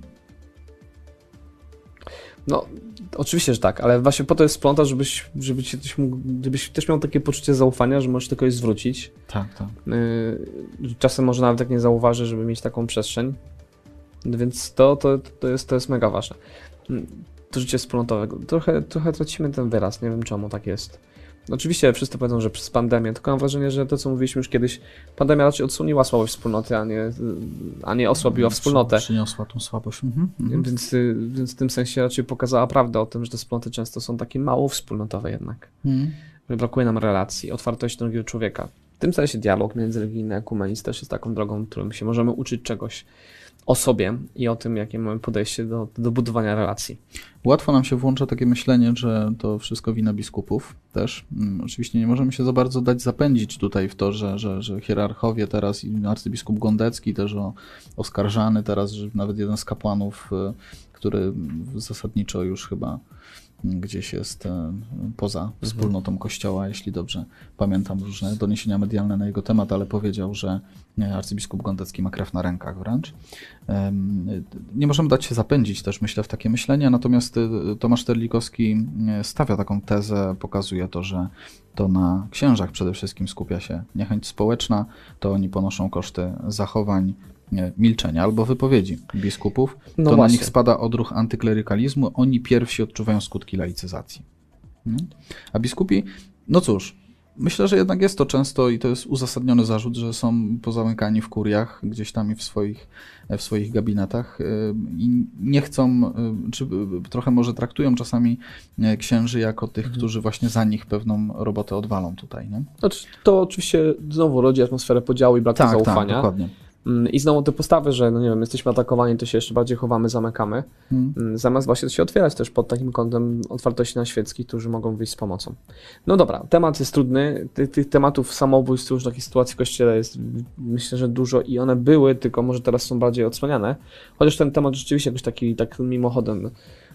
No, oczywiście, że tak, ale właśnie po to jest Wspólnota, żebyś, żeby się też mógł, żebyś też miał takie poczucie zaufania, że możesz do kogoś zwrócić. Tak, tak. Czasem może nawet tak nie zauważy, żeby mieć taką przestrzeń. Więc to, to, to, jest, to jest mega ważne. To życie wspólnotowego. Trochę, trochę tracimy ten wyraz, nie wiem czemu tak jest. Oczywiście wszyscy powiedzą, że przez pandemię, tylko mam wrażenie, że to co mówiliśmy już kiedyś, pandemia raczej odsłoniła słabość wspólnoty, a nie, a nie osłabiła wspólnotę. Przyniosła tą słabość. Mhm, mhm. Więc, więc w tym sensie raczej pokazała prawdę o tym, że te wspólnoty często są takie mało wspólnotowe jednak. Mhm. Brakuje nam relacji, otwartości do drugiego człowieka. W tym sensie dialog międzyreligijny, ekumenizm też jest taką drogą, którą się możemy uczyć czegoś o sobie i o tym, jakie mamy podejście do, do budowania relacji. Łatwo nam się włącza takie myślenie, że to wszystko wina biskupów też. Hmm, oczywiście nie możemy się za bardzo dać zapędzić tutaj w to, że, że, że hierarchowie teraz i arcybiskup Gondecki też o, oskarżany teraz, że nawet jeden z kapłanów, który zasadniczo już chyba gdzieś jest poza mhm. wspólnotą Kościoła, jeśli dobrze pamiętam różne doniesienia medialne na jego temat, ale powiedział, że arcybiskup Gondecki ma krew na rękach wręcz. Nie możemy dać się zapędzić też, myślę, w takie myślenie, natomiast Tomasz Terlikowski stawia taką tezę, pokazuje to, że to na księżach przede wszystkim skupia się niechęć społeczna, to oni ponoszą koszty zachowań, milczenia albo wypowiedzi biskupów, no to właśnie. Na nich spada odruch antyklerykalizmu, oni pierwsi odczuwają skutki laicyzacji. A biskupi, no cóż, myślę, że jednak jest to często i to jest uzasadniony zarzut, że są pozamykani w kuriach, gdzieś tam i w swoich, w swoich gabinetach i nie chcą, czy trochę może traktują czasami księży jako tych, mhm. którzy właśnie za nich pewną robotę odwalą tutaj. Nie? Znaczy, to oczywiście znowu rodzi atmosferę podziału i braku tak, zaufania. Tak, dokładnie. I znowu te postawy, że no nie wiem, jesteśmy atakowani, to się jeszcze bardziej chowamy, zamykamy. Hmm. Zamiast właśnie się otwierać też pod takim kątem otwartości na świeckich, którzy mogą wyjść z pomocą. No dobra, temat jest trudny. Ty, tych tematów samobójstw, już takich sytuacji w kościele jest myślę, że dużo i one były, tylko może teraz są bardziej odsłaniane. Chociaż ten temat rzeczywiście jakoś taki, tak mimochodem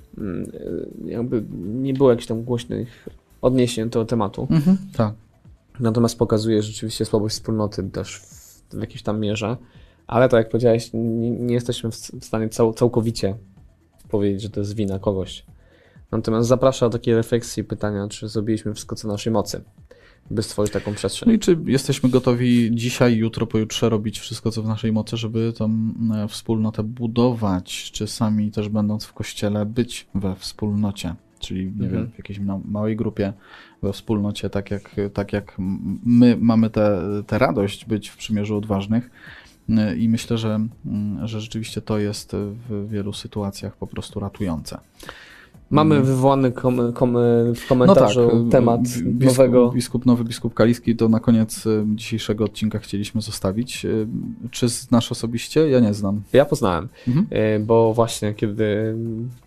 jakby nie było jakichś tam głośnych odniesień do tego tematu. Mhm, tak. Natomiast pokazuje rzeczywiście słabość wspólnoty też w w jakiejś tam mierze, ale tak jak powiedziałeś, nie, nie jesteśmy w stanie cał, całkowicie powiedzieć, że to jest wina kogoś. Natomiast zaprasza do takiej refleksji pytania, czy zrobiliśmy wszystko, co w naszej mocy, by stworzyć taką przestrzeń. No i czy jesteśmy gotowi dzisiaj, jutro, pojutrze robić wszystko, co w naszej mocy, żeby tą wspólnotę budować, czy sami też będąc w kościele być we wspólnocie, czyli nie mhm. wiem, w jakiejś małej grupie, we wspólnocie, tak jak, tak jak my mamy tę radość być w przymierzu odważnych i myślę, że, że rzeczywiście to jest w wielu sytuacjach po prostu ratujące. Mamy wywołany kom, kom, w komentarzu no tak, temat biskup, nowego... Biskup, nowy biskup kaliski, to na koniec dzisiejszego odcinka chcieliśmy zostawić. Czy znasz osobiście? Ja nie znam. Ja poznałem, mhm. bo właśnie kiedy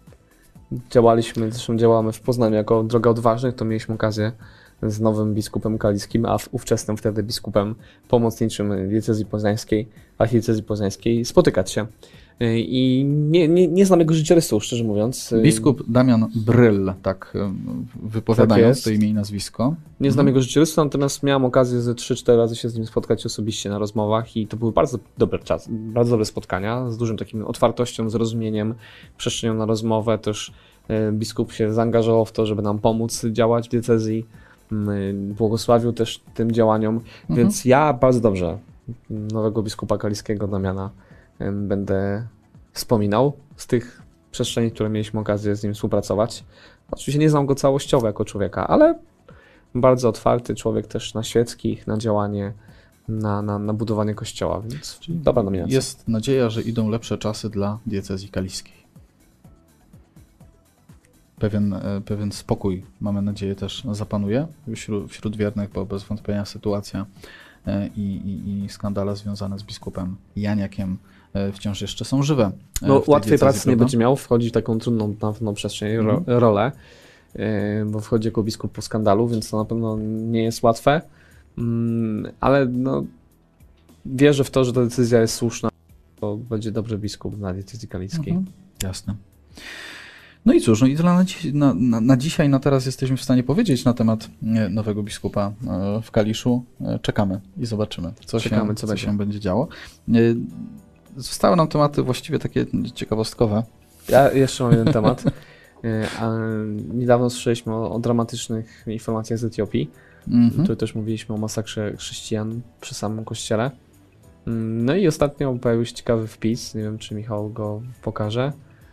działaliśmy, zresztą działamy w Poznaniu jako Droga Odważnych, to mieliśmy okazję z nowym biskupem kaliskim, a ówczesnym wtedy biskupem pomocniczym diecezji poznańskiej, archidiecezji poznańskiej spotykać się. I nie, nie, nie znam jego życiorysu, szczerze mówiąc. Biskup Damian Bryl, tak wypowiadając tak to imię i nazwisko. Nie znam mhm. jego życiorysu, natomiast miałem okazję ze trzy cztery razy się z nim spotkać osobiście na rozmowach i to były bardzo dobry czas, bardzo dobre spotkania, z dużym takim otwartością, zrozumieniem, przestrzenią na rozmowę. Też biskup się zaangażował w to, żeby nam pomóc działać w diecezji. Błogosławił też tym działaniom, mhm. więc ja bardzo dobrze nowego biskupa kaliskiego Damiana będę wspominał z tych przestrzeni, które mieliśmy okazję z nim współpracować. Oczywiście nie znam go całościowo jako człowieka, ale bardzo otwarty człowiek też na świeckich, na działanie, na, na, na budowanie kościoła, więc czyli dobra nominacja. Jest nadzieja, że idą lepsze czasy dla diecezji kaliskiej. pewien, pewien spokój, mamy nadzieję, też zapanuje wśród, wśród wiernych, bo bez wątpienia sytuacja i, i, i skandale związane z biskupem Janiakiem wciąż jeszcze są żywe. No, łatwiej diecezji, pracy prawda? nie będzie miał, wchodzi w taką trudną na pewno przestrzeń, ro, Mhm. rolę, bo wchodzi jako biskup po skandalu, więc to na pewno nie jest łatwe, ale no, wierzę w to, że ta decyzja jest słuszna, to będzie dobry biskup na diecezji kaliskiej. Mhm. Jasne. No i cóż, no i tyle na, dziś, na, na, na dzisiaj, na teraz jesteśmy w stanie powiedzieć na temat nowego biskupa w Kaliszu. Czekamy i zobaczymy, co, Czekamy, się, co co będzie. się będzie działo. Zostały nam tematy właściwie takie ciekawostkowe. Ja jeszcze mam jeden temat. Niedawno słyszeliśmy o, o dramatycznych informacjach z Etiopii. Mhm. Tu też mówiliśmy o masakrze chrześcijan przy samym kościele. No i ostatnio pojawił się ciekawy wpis, nie wiem czy Michał go pokaże.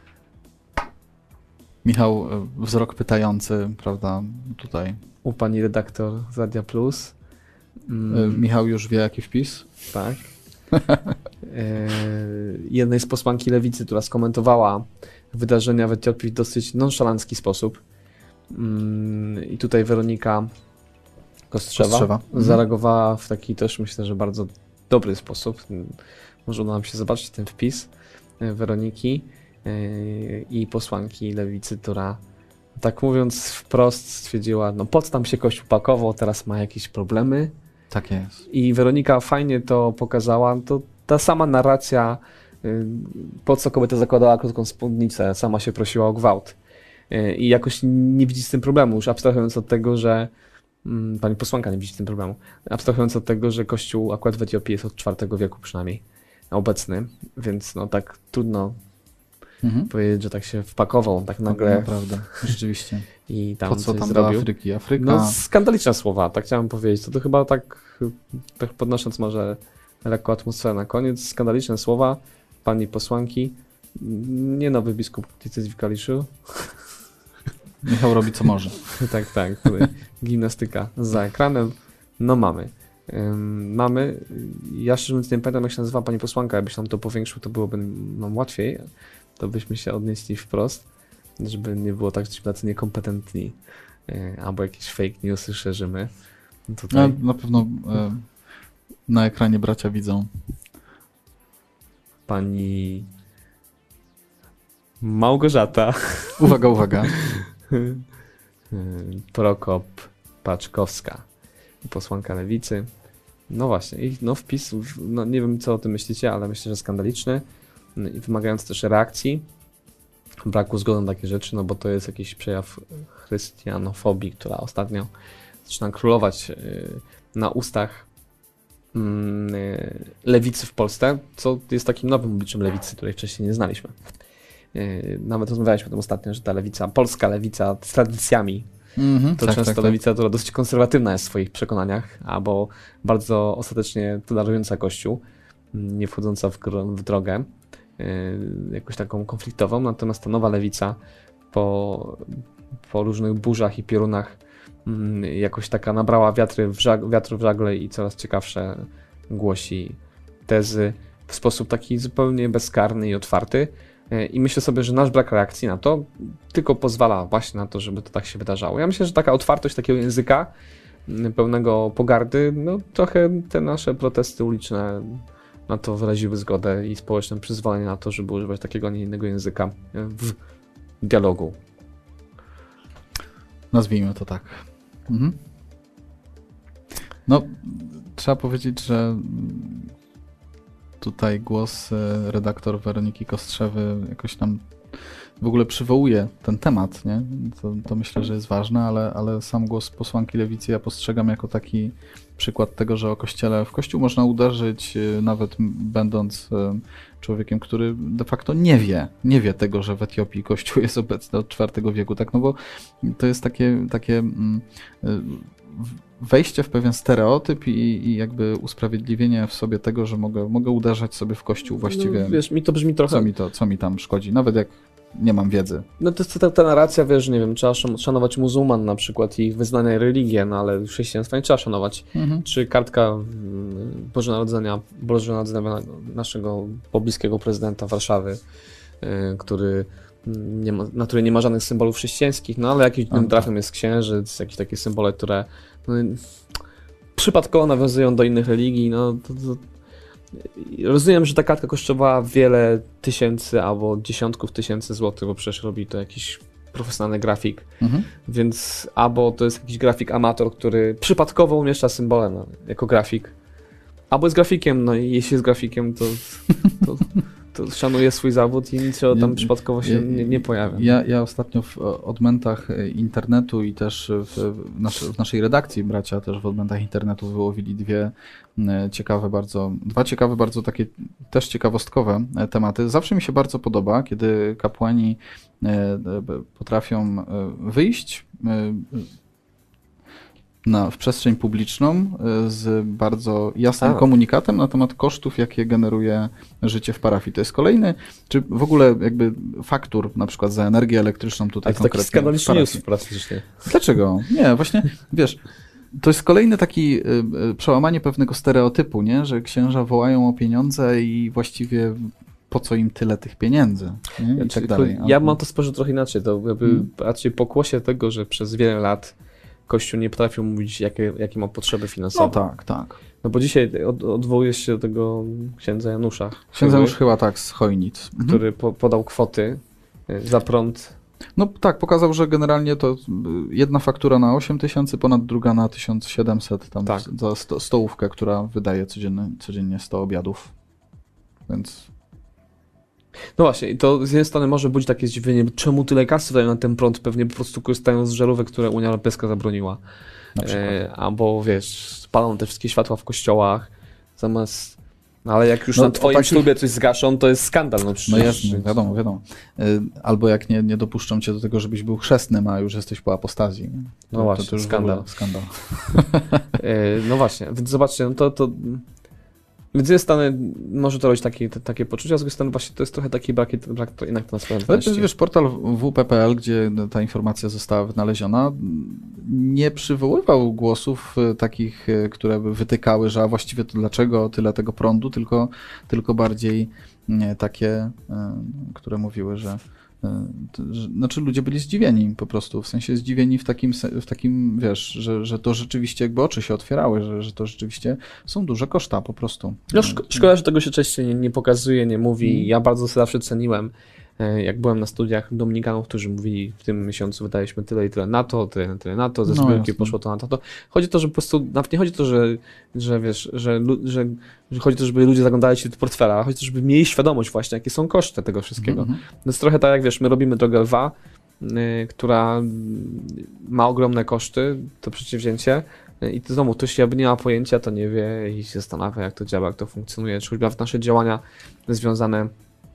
Michał, wzrok pytający, prawda, tutaj. U pani redaktor z Radia Plus. Mm, Michał już wie, jaki wpis? tak. e, jednej z posłanki lewicy, która skomentowała wydarzenia w Etiopii w dosyć nonszalancki sposób. Mm, I tutaj Weronika Kostrzewa, Kostrzewa. Mhm. zareagowała w taki też, myślę, że bardzo dobry sposób. Może uda nam się zobaczyć ten wpis Weroniki i posłanki lewicy, która tak mówiąc wprost stwierdziła, no po co tam się Kościół pakował, teraz ma jakieś problemy. Tak jest. I Weronika fajnie to pokazała. To ta sama narracja, po co kobieta zakładała krótką spódnicę, sama się prosiła o gwałt. I jakoś nie widzi z tym problemu, już abstrahując od tego, że pani posłanka nie widzi z tym problemu, abstrahując od tego, że Kościół akurat w Etiopii jest od czwartego wieku przynajmniej obecny, więc no tak trudno Mhm. powiedzieć, że tak się wpakował tak nagle. Naprawdę, rzeczywiście. I tam Po co coś tam do zrobił. Afryki? Afryka... No skandaliczne słowa, tak chciałem powiedzieć. To, to chyba tak, tak podnosząc może lekko atmosferę na koniec, skandaliczne słowa pani posłanki, nie nowy biskup diecezji w Kaliszu. Michał robi co może. tak, tak, tutaj gimnastyka za ekranem. No mamy. Ym, mamy. Ja szczerze mówiąc nie pamiętam, jak się nazywa pani posłanka, jakbyś nam to powiększył, to byłoby nam łatwiej. To byśmy się odnieśli wprost, żeby nie było tak, że tacy niekompetentni yy, albo jakieś fake newsy szerzymy. Tutaj. No, na pewno e, na ekranie bracia widzą. Pani Małgorzata Uwaga, uwaga. Prokop Paczkowska, posłanka lewicy. No właśnie, ich no wpis, no nie wiem co o tym myślicie, ale myślę, że skandaliczny i wymagający też reakcji, braku zgody na takie rzeczy, no bo to jest jakiś przejaw chrystianofobii, która ostatnio zaczyna królować na ustach lewicy w Polsce, co jest takim nowym obliczem lewicy, której wcześniej nie znaliśmy. Nawet rozmawialiśmy o tym ostatnio, że ta lewica, polska lewica z tradycjami, Mhm, to tak, często tak, tak. lewica, która dosyć konserwatywna jest w swoich przekonaniach, albo bardzo ostatecznie tolerująca Kościół, nie wchodząca w, gro- w drogę yy, jakoś taką konfliktową, natomiast ta nowa lewica po, po różnych burzach i piorunach yy, jakoś taka nabrała wiatry w żag- wiatru w żagle i coraz ciekawsze głosi tezy w sposób taki zupełnie bezkarny i otwarty. I myślę sobie, że nasz brak reakcji na to tylko pozwala właśnie na to, żeby to tak się wydarzało. Ja myślę, że taka otwartość takiego języka pełnego pogardy, no trochę te nasze protesty uliczne na to wyraziły zgodę i społeczne przyzwolenie na to, żeby używać takiego, a nie innego języka w dialogu. Nazwijmy to tak. Mhm. No, trzeba powiedzieć, że tutaj głos redaktor Weroniki Kostrzewy jakoś tam w ogóle przywołuje ten temat, nie? To, to myślę, że jest ważne, ale, ale sam głos posłanki lewicy ja postrzegam jako taki przykład tego, że o Kościele, w Kościół można uderzyć, nawet będąc człowiekiem, który de facto nie wie, nie wie tego, że w Etiopii Kościół jest obecny od czwartego wieku, tak? No bo to jest takie, takie wejście w pewien stereotyp i, i jakby usprawiedliwienie w sobie tego, że mogę, mogę uderzać sobie w Kościół właściwie. No, wiesz, mi to brzmi trochę... Co mi, to, co mi tam szkodzi, nawet jak nie mam wiedzy. No to jest ta, ta narracja, wiesz, nie wiem, trzeba szanować muzułman na przykład i ich wyznania i religię, no ale chrześcijaństwa nie trzeba szanować. Mhm. Czy kartka Bożego Narodzenia, Bożego Narodzenia naszego pobliskiego prezydenta Warszawy, yy, który nie ma, na której nie ma żadnych symbolów chrześcijańskich, no ale jakimś innym trafem jest księżyc, jakieś takie symbole, które no, przypadkowo nawiązują do innych religii, no to, to rozumiem, że ta kartka kosztowała wiele tysięcy albo dziesiątków tysięcy złotych, bo przecież robi to jakiś profesjonalny grafik, mhm. więc albo to jest jakiś grafik amator, który przypadkowo umieszcza symbole no, jako grafik, albo jest grafikiem, no i jeśli jest grafikiem, to, to, to szanuje swój zawód i niczego tam przypadkowo się nie, nie pojawia. Ja, ja ostatnio w odmętach internetu i też w, nasz, w naszej redakcji bracia też w odmętach internetu wyłowili dwie ciekawe bardzo, dwa ciekawe bardzo takie też ciekawostkowe tematy. Zawsze mi się bardzo podoba, kiedy kapłani potrafią wyjść Na, w przestrzeń publiczną z bardzo jasnym A. komunikatem na temat kosztów, jakie generuje życie w parafii. To jest kolejny, czy w ogóle jakby faktur, na przykład za energię elektryczną tutaj konkretnie. To taki skandaliczny news praktycznie. Dlaczego? Nie, właśnie, wiesz, to jest kolejny taki y, y, przełamanie pewnego stereotypu, nie? Że księża wołają o pieniądze i właściwie po co im tyle tych pieniędzy, nie? I ja, tak dalej. Ja mam to spojrzeć trochę inaczej, to jakby hmm. raczej pokłosie tego, że przez wiele lat Kościół nie potrafił mówić, jakie, jakie ma potrzeby finansowe. No tak, tak. No bo dzisiaj od, odwołujesz się do tego księdza Janusza. Księdza Janusz chyba tak, z Chojnic. Który po, podał kwoty za prąd. No tak, pokazał, że generalnie to jedna faktura na osiem tysięcy, ponad druga na tysiąc siedemset tam tak. za sto, stołówkę, która wydaje codziennie, codziennie sto obiadów. Więc... No właśnie, i to z jednej strony może budzić takie zdziwienie, czemu tyle kasy dają na ten prąd, pewnie po prostu korzystają z żarówek, które Unia Europejska zabroniła. E, albo wiesz, palą te wszystkie światła w kościołach, zamiast... No ale jak już no, na twoim takich... ślubie coś zgaszą, to jest skandal. No, no jasne, wiadomo, wiadomo. Albo jak nie, nie dopuszczą cię do tego, żebyś był chrzestnym, a już jesteś po apostazji. No to, właśnie, to, to już skandal. skandal. e, no właśnie, więc zobaczcie, no to... to... Więc z jednej strony może to robić takie, te, takie poczucia, a z drugiej strony właśnie to jest trochę taki brak, brak to jednak transparentności. Ale wiesz, portal w p kropka p l, gdzie ta informacja została wynaleziona, nie przywoływał głosów takich, które by wytykały, że a właściwie to dlaczego tyle tego prądu, tylko, tylko bardziej nie, takie, które mówiły, że Znaczy ludzie byli zdziwieni po prostu, w sensie zdziwieni w takim, w takim wiesz, że, że to rzeczywiście jakby oczy się otwierały, że, że to rzeczywiście są duże koszta po prostu. No szko szkoda, że tego się częściej nie, nie pokazuje, nie mówi. Hmm. Ja bardzo sobie zawsze ceniłem, jak byłem na studiach dominikanów, którzy mówili w tym miesiącu wydaliśmy tyle i tyle na to, tyle, tyle na to, ze zbiórki no, poszło to na to, to. Chodzi o to, że po prostu, nawet nie chodzi o to, że, że wiesz, że, że, że chodzi o to, żeby ludzie zaglądali się do portfela, ale chodzi o to, żeby mieli świadomość właśnie, jakie są koszty tego wszystkiego. Mm -hmm. To jest trochę tak, jak wiesz, my robimy drogę lwa, yy, która ma ogromne koszty, to przedsięwzięcie, i to znowu, ktoś jakby nie ma pojęcia, to nie wie i się zastanawia, jak to działa, jak to funkcjonuje, czy choćby nasze działania związane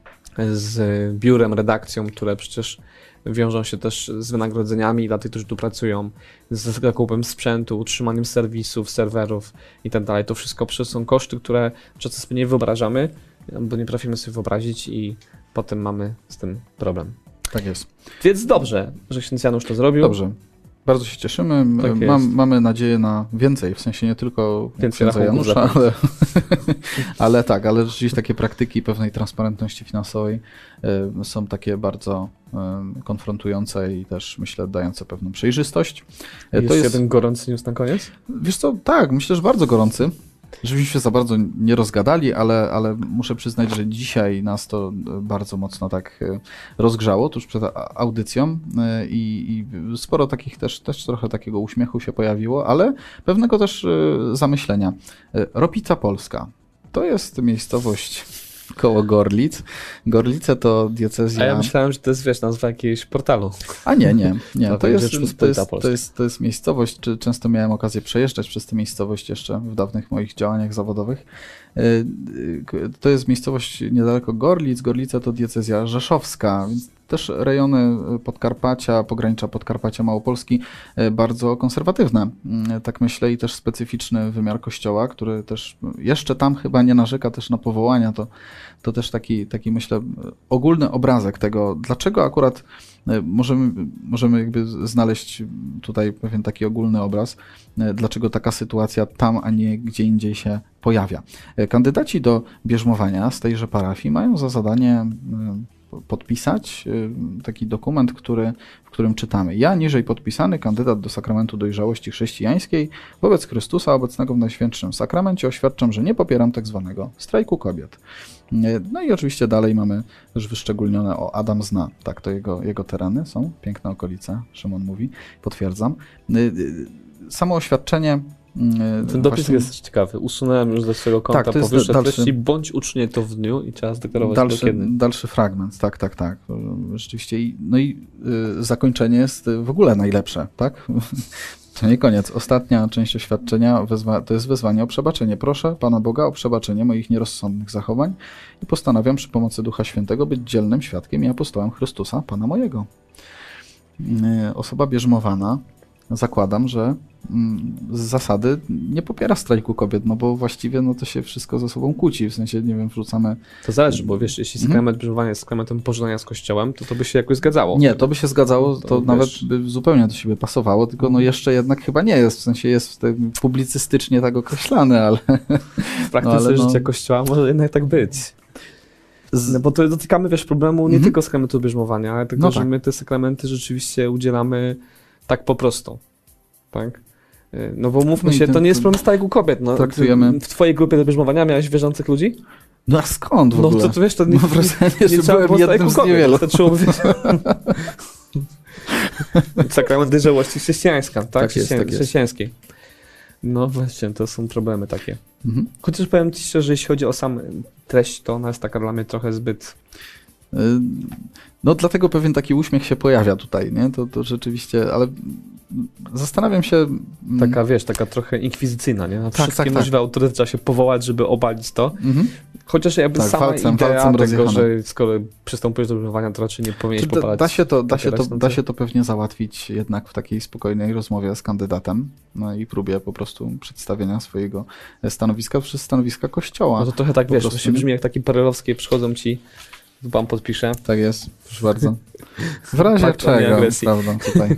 z biurem, redakcją, które przecież wiążą się też z wynagrodzeniami dla tych, którzy tu pracują, z zakupem sprzętu, utrzymaniem serwisów, serwerów i tak dalej. To wszystko przecież są koszty, które często sobie nie wyobrażamy, bo nie potrafimy sobie wyobrazić i potem mamy z tym problem. Tak jest. Więc dobrze, że ksiądz Janusz to zrobił. Dobrze. Bardzo się cieszymy. Tak Mam, mamy nadzieję na więcej, w sensie nie tylko księdza Janusza, ale, ale tak, ale rzeczywiście takie praktyki pewnej transparentności finansowej y, są takie bardzo y, konfrontujące i też myślę dające pewną przejrzystość. Jest to jest jeden gorący news na koniec? Wiesz co, tak, myślę, że bardzo gorący. Żebyśmy się za bardzo nie rozgadali, ale, ale muszę przyznać, że dzisiaj nas to bardzo mocno tak rozgrzało tuż przed audycją i, i sporo takich też, też trochę takiego uśmiechu się pojawiło, ale pewnego też zamyślenia. Ropica Polska to jest miejscowość koło Gorlic. Gorlice to diecezja... A ja myślałem, że to jest, wiesz, nazwa jakiegoś portalu. A nie, nie. nie. To, to, jest, to, jest, to, jest, to jest miejscowość, często miałem okazję przejeżdżać przez tę miejscowość jeszcze w dawnych moich działaniach zawodowych. To jest miejscowość niedaleko Gorlic. Gorlice to diecezja rzeszowska, więc też rejony Podkarpacia, pogranicza Podkarpacia Małopolski bardzo konserwatywne, tak myślę, i też specyficzny wymiar kościoła, który też jeszcze tam chyba nie narzeka też na powołania, to, to też taki, taki myślę ogólny obrazek tego, dlaczego akurat możemy, możemy jakby znaleźć tutaj pewien taki ogólny obraz, dlaczego taka sytuacja tam, a nie gdzie indziej się pojawia. Kandydaci do bierzmowania z tejże parafii mają za zadanie podpisać taki dokument, który, w którym czytamy: ja, niżej podpisany kandydat do sakramentu dojrzałości chrześcijańskiej wobec Chrystusa obecnego w Najświętszym Sakramencie, oświadczam, że nie popieram tak zwanego strajku kobiet. No i oczywiście dalej mamy też wyszczególnione: o, Adam zna, tak, to jego, jego tereny są, piękne okolice, Szymon mówi, potwierdzam. Samo oświadczenie. Ten dopis właśnie jest ciekawy. Usunąłem już ze swojego konta tak, powyższe dalszy, treści, bądź uczynię to w dniu i trzeba zdeklarować dalszy, kiedy. Dalszy fragment, tak, tak, tak. Rzeczywiście. No i y, zakończenie jest w ogóle najlepsze, tak? To nie koniec. Ostatnia część oświadczenia wezwa, to jest wezwanie o przebaczenie. Proszę Pana Boga o przebaczenie moich nierozsądnych zachowań i postanawiam przy pomocy Ducha Świętego być dzielnym świadkiem i apostołem Chrystusa, Pana mojego. Y, osoba bierzmowana, zakładam, że z zasady nie popiera strajku kobiet, no bo właściwie no to się wszystko ze sobą kłóci, w sensie, nie wiem, wrzucamy... To zależy, bo wiesz, jeśli sakrament bierzmowania jest sakramentem pożegnania z Kościołem, to to by się jakoś zgadzało. Nie, to by się zgadzało, to, to nawet wiesz... by zupełnie do siebie pasowało, tylko no jeszcze jednak chyba nie jest, w sensie jest publicystycznie tak określane, ale... W praktyce no, ale no... życia Kościoła może jednak tak być. Z... No bo to dotykamy, wiesz, problemu nie mm-hmm. tylko sakramentu bierzmowania, ale tylko, no tak. że my te sakramenty rzeczywiście udzielamy tak po prostu, tak? No bo mówmy no się, ten, to nie jest problem strajku kobiet. No, traktujemy... W twojej grupie do bierzmowania miałeś wierzących ludzi? No a skąd w ogóle? No to, to wiesz, to nie, Mam wrażenie, nie, że nie trzeba byłem jednym z niewielu. Sakrament dojrzałości chrześcijańska, tak? Tak jest, Chrześcijan, tak jest. Chrześcijańskiej. No właśnie, to są problemy takie. Mhm. Chociaż powiem ci szczerze, jeśli chodzi o sam treść, to ona jest taka dla mnie trochę zbyt... No dlatego pewien taki uśmiech się pojawia tutaj, nie? To, to rzeczywiście, ale zastanawiam się... Taka, wiesz, taka trochę inkwizycyjna, nie? Na tak, wszystkie tak, możliwe tak. autorytety trzeba się powołać, żeby obalić to. Mhm. Chociaż jakby tak, sama walcem, idea walcem tego, rozjechane. że skoro przystępujesz do bierzmowania, to raczej nie powinieneś da, popalać. Da się, to, da, się to, no da się to pewnie załatwić jednak w takiej spokojnej rozmowie z kandydatem, no i próbie po prostu przedstawienia swojego stanowiska przez stanowiska Kościoła. No to trochę tak, po wiesz, prostu. to się brzmi jak takie perelowskie, przychodzą ci, pan podpisze. Tak jest, proszę bardzo. W razie Pakt czego, prawda, tutaj.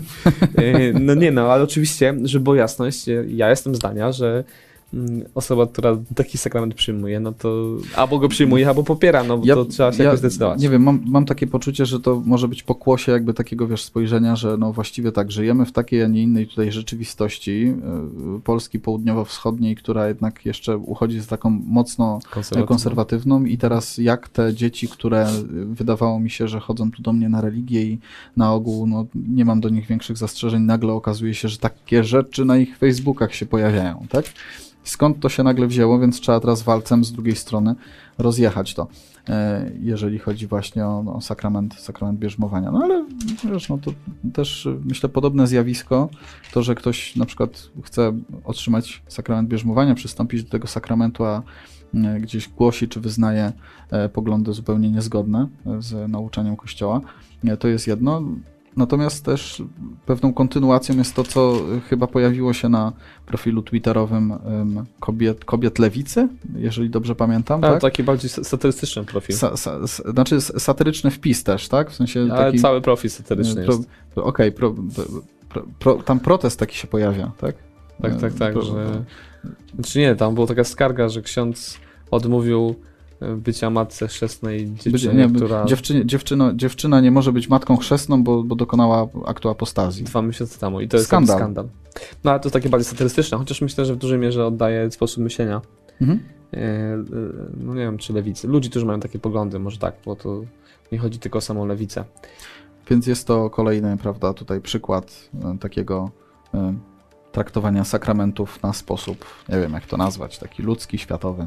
No nie no, ale oczywiście, żeby była jasność, ja jestem zdania, że osoba, która taki sakrament przyjmuje, no to albo go przyjmuje, albo popiera, no bo ja, to trzeba się ja, jakoś zdecydować. Nie wiem, mam, mam takie poczucie, że to może być pokłosie jakby takiego, wiesz, spojrzenia, że no właściwie tak, żyjemy w takiej, a nie innej tutaj rzeczywistości yy, Polski południowo-wschodniej, która jednak jeszcze uchodzi za taką mocno konserwatywną. konserwatywną i teraz jak te dzieci, które wydawało mi się, że chodzą tu do mnie na religię i na ogół no, nie mam do nich większych zastrzeżeń, nagle okazuje się, że takie rzeczy na ich Facebookach się pojawiają, tak? Skąd to się nagle wzięło, więc trzeba teraz walcem z drugiej strony rozjechać to, jeżeli chodzi właśnie o, o sakrament, sakrament bierzmowania. No ale wiesz, no to też myślę podobne zjawisko, to, że ktoś na przykład chce otrzymać sakrament bierzmowania, przystąpić do tego sakramentu, a gdzieś głosi czy wyznaje poglądy zupełnie niezgodne z nauczaniem Kościoła, to jest jedno. Natomiast też pewną kontynuacją jest to, co chyba pojawiło się na profilu twitterowym um, kobiet, kobiet lewicy, jeżeli dobrze pamiętam. A, tak? Taki bardziej satyryczny profil. Sa, sa, znaczy satyryczny wpis też, tak? W sensie Ale taki, cały profil satyryczny pro, jest. Okej, okay, pro, pro, pro, tam protest taki się pojawia, tak? Tak, tak, tak. Pro, że... Znaczy nie, tam była taka skarga, że ksiądz odmówił bycia matce chrzestnej dziewczynie, nie, która... Dziewczynie, dziewczyno, dziewczyna nie może być matką chrzestną, bo, bo dokonała aktu apostazji. Dwa miesiące temu i to jest skandal. skandal. No ale to takie bardziej satyrystyczne, chociaż myślę, że w dużej mierze oddaje sposób myślenia. Mhm. No nie wiem, czy lewicy. Ludzi, którzy mają takie poglądy, może tak, bo to nie chodzi tylko o samą lewicę. Więc jest to kolejny, prawda, tutaj przykład takiego y, traktowania sakramentów na sposób, nie wiem jak to nazwać, taki ludzki, światowy.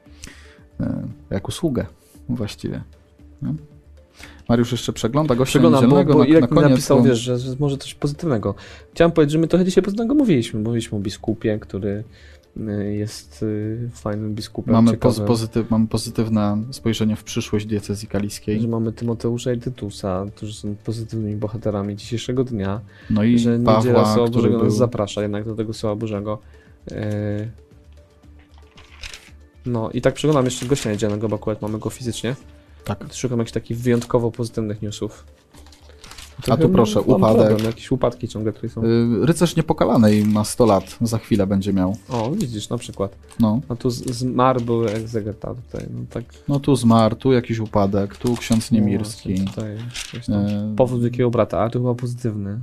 Jak usługę właściwie. Nie? Mariusz jeszcze przegląda gościa niedzielnego bo, bo na, jak na koniec. napisał, bo... wiesz, że, że może coś pozytywnego. Chciałem powiedzieć, że my trochę dzisiaj pozytywnego mówiliśmy. Mówiliśmy o biskupie, który jest fajnym biskupem. Mamy, poz, pozytyw, mamy pozytywne spojrzenie w przyszłość diecezji kaliskiej. Że mamy Tymoteusza i Tytusa, którzy są pozytywnymi bohaterami dzisiejszego dnia. No i że Pawła, niedziela Słowa Bożego był... nas zaprasza jednak do tego Słowa Bożego. No i tak przeglądam jeszcze gościa niedzielnego, bo akurat mamy go fizycznie. Tak. Szukam jakichś takich wyjątkowo pozytywnych newsów. A tu proszę, upadek. Problem, jakieś upadki ciągle tutaj są. Rycerz Niepokalanej ma sto lat, za chwilę będzie miał. O, widzisz, na przykład. No. A tu zmarł był egzegeta tutaj, no tak. No tu zmarł, tu jakiś upadek, tu ksiądz Niemirski. No, tutaj e... powód wielkiego brata, a to chyba pozytywny.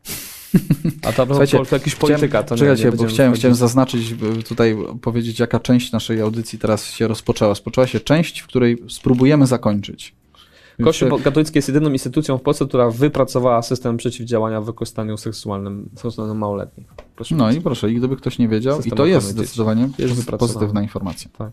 A to, Słuchajcie, to jakiś polityka, to czekajcie, nie, nie bo chciałem, chciałem zaznaczyć, tutaj powiedzieć, jaka część naszej audycji teraz się rozpoczęła. Rozpoczęła się część, w której spróbujemy zakończyć. Kościół katolicki jest jedyną instytucją w Polsce, która wypracowała system przeciwdziałania wykorzystaniu seksualnym, seksualnym małoletnich. Proszę no bardzo. i proszę, i gdyby ktoś nie wiedział, System i to jest ochrony zdecydowanie jest pozytywna informacja. Tak.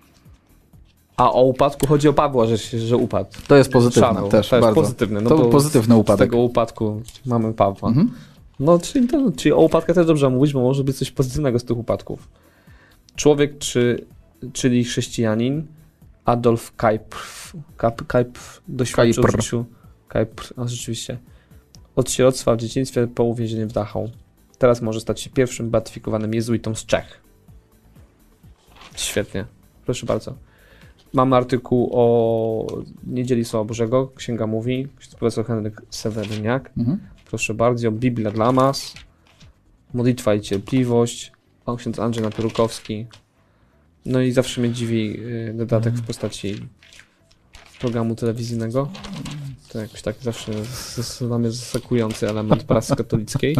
A o upadku chodzi o Pawła, że, się, że upadł. To jest pozytywne Szarł. też, to jest bardzo. pozytywne. No to był pozytywny upadek. Z tego upadku mamy Pawła. Mhm. No, czyli, to, czyli o upadkach też dobrze mówić, bo może być coś pozytywnego z tych upadków. Człowiek, czy, czyli chrześcijanin, Adolf Kajpr, Kajpr, Kajpr doświadczył w życiu, Kajpr, a rzeczywiście, od sieroctwa w dzieciństwie po uwięzieniu w Dachau. Teraz może stać się pierwszym beatyfikowanym jezuitą z Czech. Świetnie, proszę bardzo. Mamy artykuł o Niedzieli Słowa Bożego, Księga Mówi, profesor Henryk Seweryniak. Mhm. Proszę bardzo, Biblia dla mas, Modlitwa i cierpliwość, o ksiądz Andrzej Napierukowski. No i zawsze mnie dziwi dodatek w postaci programu telewizyjnego. To jakoś tak zawsze dla mnie zaskakujący element prasy katolickiej.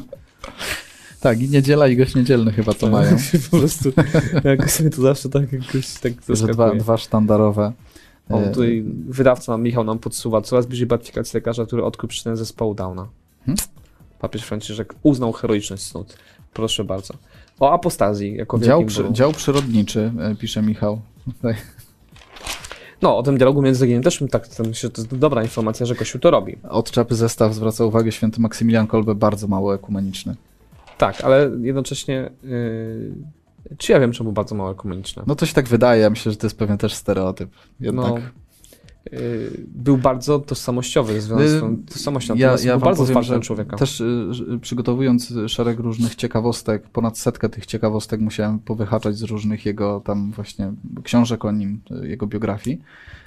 Tak, i niedziela i gość niedzielny chyba to mają. Po prostu jakoś mnie to zawsze tak jakoś tak zaskakuje. Dwa, dwa sztandarowe. O, tutaj wydawca Michał nam podsuwa coraz bliżej beatyfikacji lekarza, który odkrył przyczynę zespołu Downa. Hmm? Papież Franciszek uznał heroiczność cnót. Proszę bardzo. O apostazji jako dział, przy, dział przyrodniczy, pisze Michał. Tutaj. No, o tym dialogu między Zaginiem też tak, to myślę, że to jest dobra informacja, że Kościół to robi. Od czapy zestaw zwraca uwagę święty Maksymilian Kolbe, bardzo mało ekumeniczny. Tak, ale jednocześnie yy, czy ja wiem, czemu bardzo mało ekumeniczne? No to się tak wydaje, ja myślę, że to jest pewien też stereotyp. Jednak. No, yy, był bardzo tożsamościowy, związany z tą tożsamością. Ja, ja był bardzo powiem, człowieka. Też y, przygotowując szereg różnych ciekawostek, ponad setkę tych ciekawostek musiałem powyhaczać z różnych jego tam właśnie książek o nim, jego biografii.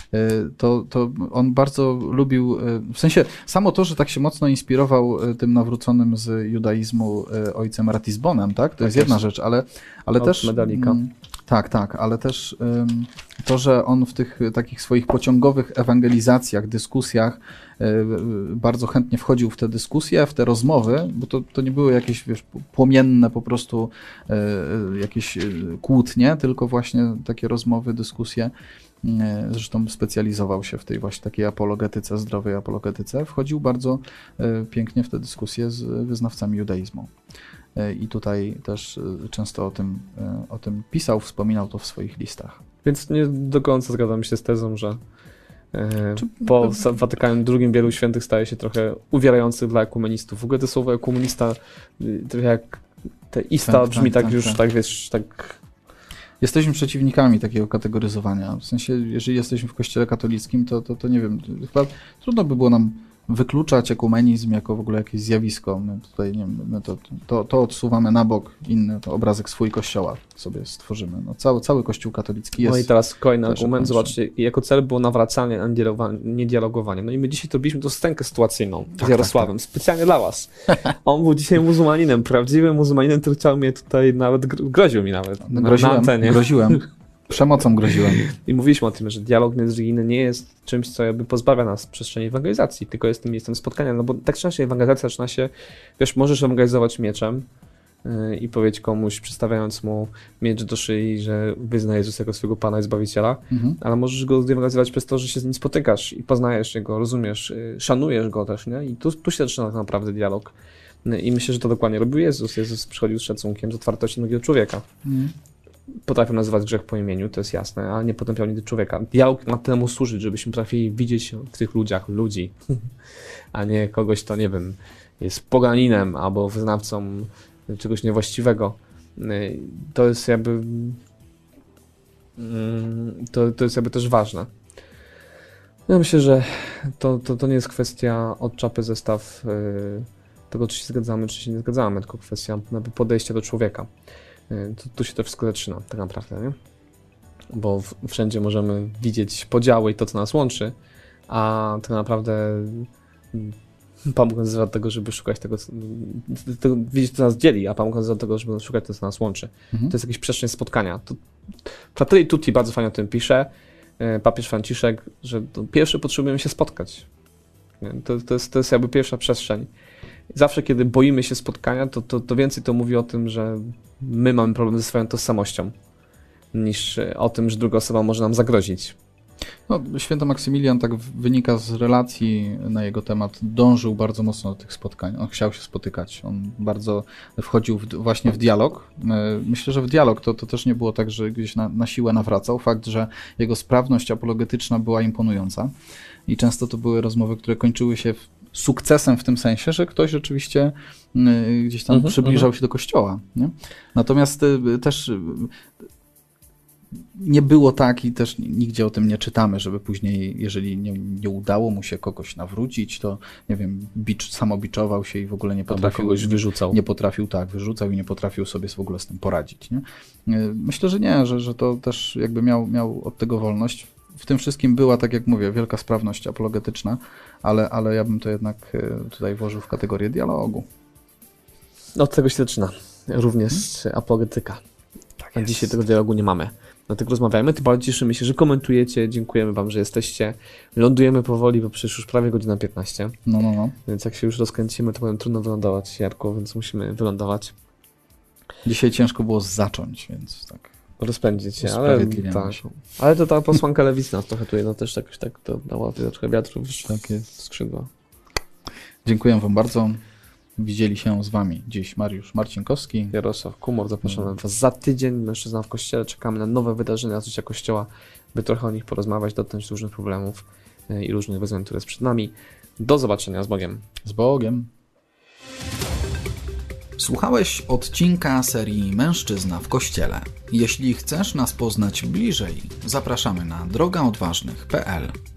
To, to on bardzo lubił, w sensie samo to, że tak się mocno inspirował tym nawróconym z judaizmu ojcem Ratisbonem, tak? To tak jest jedna jest. rzecz, ale, ale też... Medalika. Tak, tak, ale też to, że on w tych takich swoich pociągowych ewangelizacjach, dyskusjach bardzo chętnie wchodził w te dyskusje, w te rozmowy, bo to, to nie były jakieś, wiesz, płomienne po prostu jakieś kłótnie, tylko właśnie takie rozmowy, dyskusje. Zresztą specjalizował się w tej właśnie takiej apologetyce, zdrowej apologetyce. Wchodził bardzo pięknie w te dyskusje z wyznawcami judaizmu. I tutaj też często o tym, o tym pisał, wspominał to w swoich listach. Więc nie do końca zgadzam się z tezą, że Czy... po Watykanie drugi wielu świętych staje się trochę uwierających dla ekumenistów. W ogóle to słowo ekumenista, trochę jak te ista tak, brzmi tak, tak już, tak, tak wiesz, tak... Jesteśmy przeciwnikami takiego kategoryzowania. W sensie, jeżeli jesteśmy w kościele katolickim, to, to, to nie wiem, chyba trudno by było nam wykluczać ekumenizm jako w ogóle jakieś zjawisko. My tutaj, nie wiem, my to, to, to odsuwamy na bok, inny to obrazek swój kościoła sobie stworzymy. No, cały, cały kościół katolicki jest... No i teraz kolejny argument, zobaczcie, jako cel było nawracanie, a nie dialogowanie. No i my dzisiaj to robiliśmy tą scenkę sytuacyjną tak, z Jarosławem, tak, tak. specjalnie dla was. On był dzisiaj muzułmaninem, prawdziwym muzułmaninem, który chciał mnie tutaj nawet, groził mi nawet. No, groziłem, na groziłem. Przemocą groziłem. I mówiliśmy o tym, że dialog międzyreligijny nie jest czymś, co jakby pozbawia nas przestrzeni ewangelizacji, tylko jest tym miejscem spotkania, no bo tak często ewangelizacja zaczyna się, wiesz, możesz ewangelizować mieczem yy, i powiedzieć komuś, przedstawiając mu miecz do szyi, że wyzna Jezusa jako swojego Pana i Zbawiciela, mhm. ale możesz go ewangelizować przez to, że się z nim spotykasz i poznajesz jego, rozumiesz, yy, szanujesz go też, nie? I tu, tu się zaczyna tak naprawdę dialog. Yy, I myślę, że to dokładnie robił Jezus. Jezus przychodził z szacunkiem, z otwartością drugiego człowieka. Mhm. Potrafią nazywać grzech po imieniu, to jest jasne, ale nie potępiał nigdy człowieka. Dialog ma temu służyć, żebyśmy potrafili widzieć w tych ludziach ludzi, a nie kogoś, kto, nie wiem, jest poganinem albo wyznawcą czegoś niewłaściwego. To jest jakby to, to jest jakby też ważne. Ja myślę, że to, to, to nie jest kwestia od czapy zestaw tego, czy się zgadzamy, czy się nie zgadzamy, tylko kwestia podejścia do człowieka. Tu, tu się to wszystko zaczyna, tak naprawdę, nie? Bo w, wszędzie możemy widzieć podziały i to, co nas łączy, a tak naprawdę Pan Bóg nas wzywa do tego, żeby szukać tego, co, tego widzieć, co nas dzieli, a Pan Bóg nas wzywa do tego, żeby szukać tego, co nas łączy. Mhm. To jest jakiś przestrzeń spotkania. To Fratelli Tutti bardzo fajnie o tym pisze, papież Franciszek, że pierwszy potrzebujemy się spotkać. To, to, jest, to jest jakby pierwsza przestrzeń. Zawsze, kiedy boimy się spotkania, to, to, to więcej to mówi o tym, że my mamy problem ze swoją tożsamością, niż o tym, że druga osoba może nam zagrozić. No, święty Maksymilian, tak wynika z relacji na jego temat, dążył bardzo mocno do tych spotkań. On chciał się spotykać. On bardzo wchodził w, właśnie w dialog. Myślę, że w dialog to, to też nie było tak, że gdzieś na, na siłę nawracał. Fakt, że jego sprawność apologetyczna była imponująca i często to były rozmowy, które kończyły się sukcesem w tym sensie, że ktoś rzeczywiście gdzieś tam uh-huh, przybliżał uh-huh. się do kościoła. Nie? Natomiast też nie było tak i też nigdzie o tym nie czytamy, żeby później, jeżeli nie, nie udało mu się kogoś nawrócić, to nie wiem, bicz, samobiczował się i w ogóle nie potrafił, kogoś wyrzucał. Nie potrafił, tak, wyrzucał i nie potrafił sobie w ogóle z tym poradzić. Nie? Myślę, że nie, że, że to też jakby miał, miał od tego wolność. W tym wszystkim była, tak jak mówię, wielka sprawność apologetyczna, ale, ale ja bym to jednak tutaj włożył w kategorię dialogu. Od tego się zaczyna również hmm? apologetyka. Tak, a dzisiaj tego dialogu nie mamy. Dlatego rozmawiajmy, tym bardziej cieszymy się, że komentujecie, dziękujemy wam, że jesteście. Lądujemy powoli, bo przecież już prawie godzina piętnaście. No, no, no. Więc jak się już rozkręcimy, to powiem trudno wylądować, Jarku, więc musimy wylądować. Dzisiaj ciężko było zacząć, więc tak. Rozpędzić się, ale tak. Się. Ale to ta posłanka lewicy nas trochę tutaj, no też jakoś tak to dała trochę wiatru w tak jest. skrzydła. Dziękuję wam bardzo. Widzieli się z wami dziś Mariusz Marcinkowski, Jarosław Kumor. Zapraszamy hmm. was za tydzień. Mężczyzna w Kościele. Czekamy na nowe wydarzenia z życia Kościoła, by trochę o nich porozmawiać, dotknąć różnych problemów i różnych wyzwań, które jest przed nami. Do zobaczenia. Z Bogiem. Z Bogiem. Słuchałeś odcinka serii Mężczyzna w Kościele. Jeśli chcesz nas poznać bliżej, zapraszamy na droga odważnych kropka p l.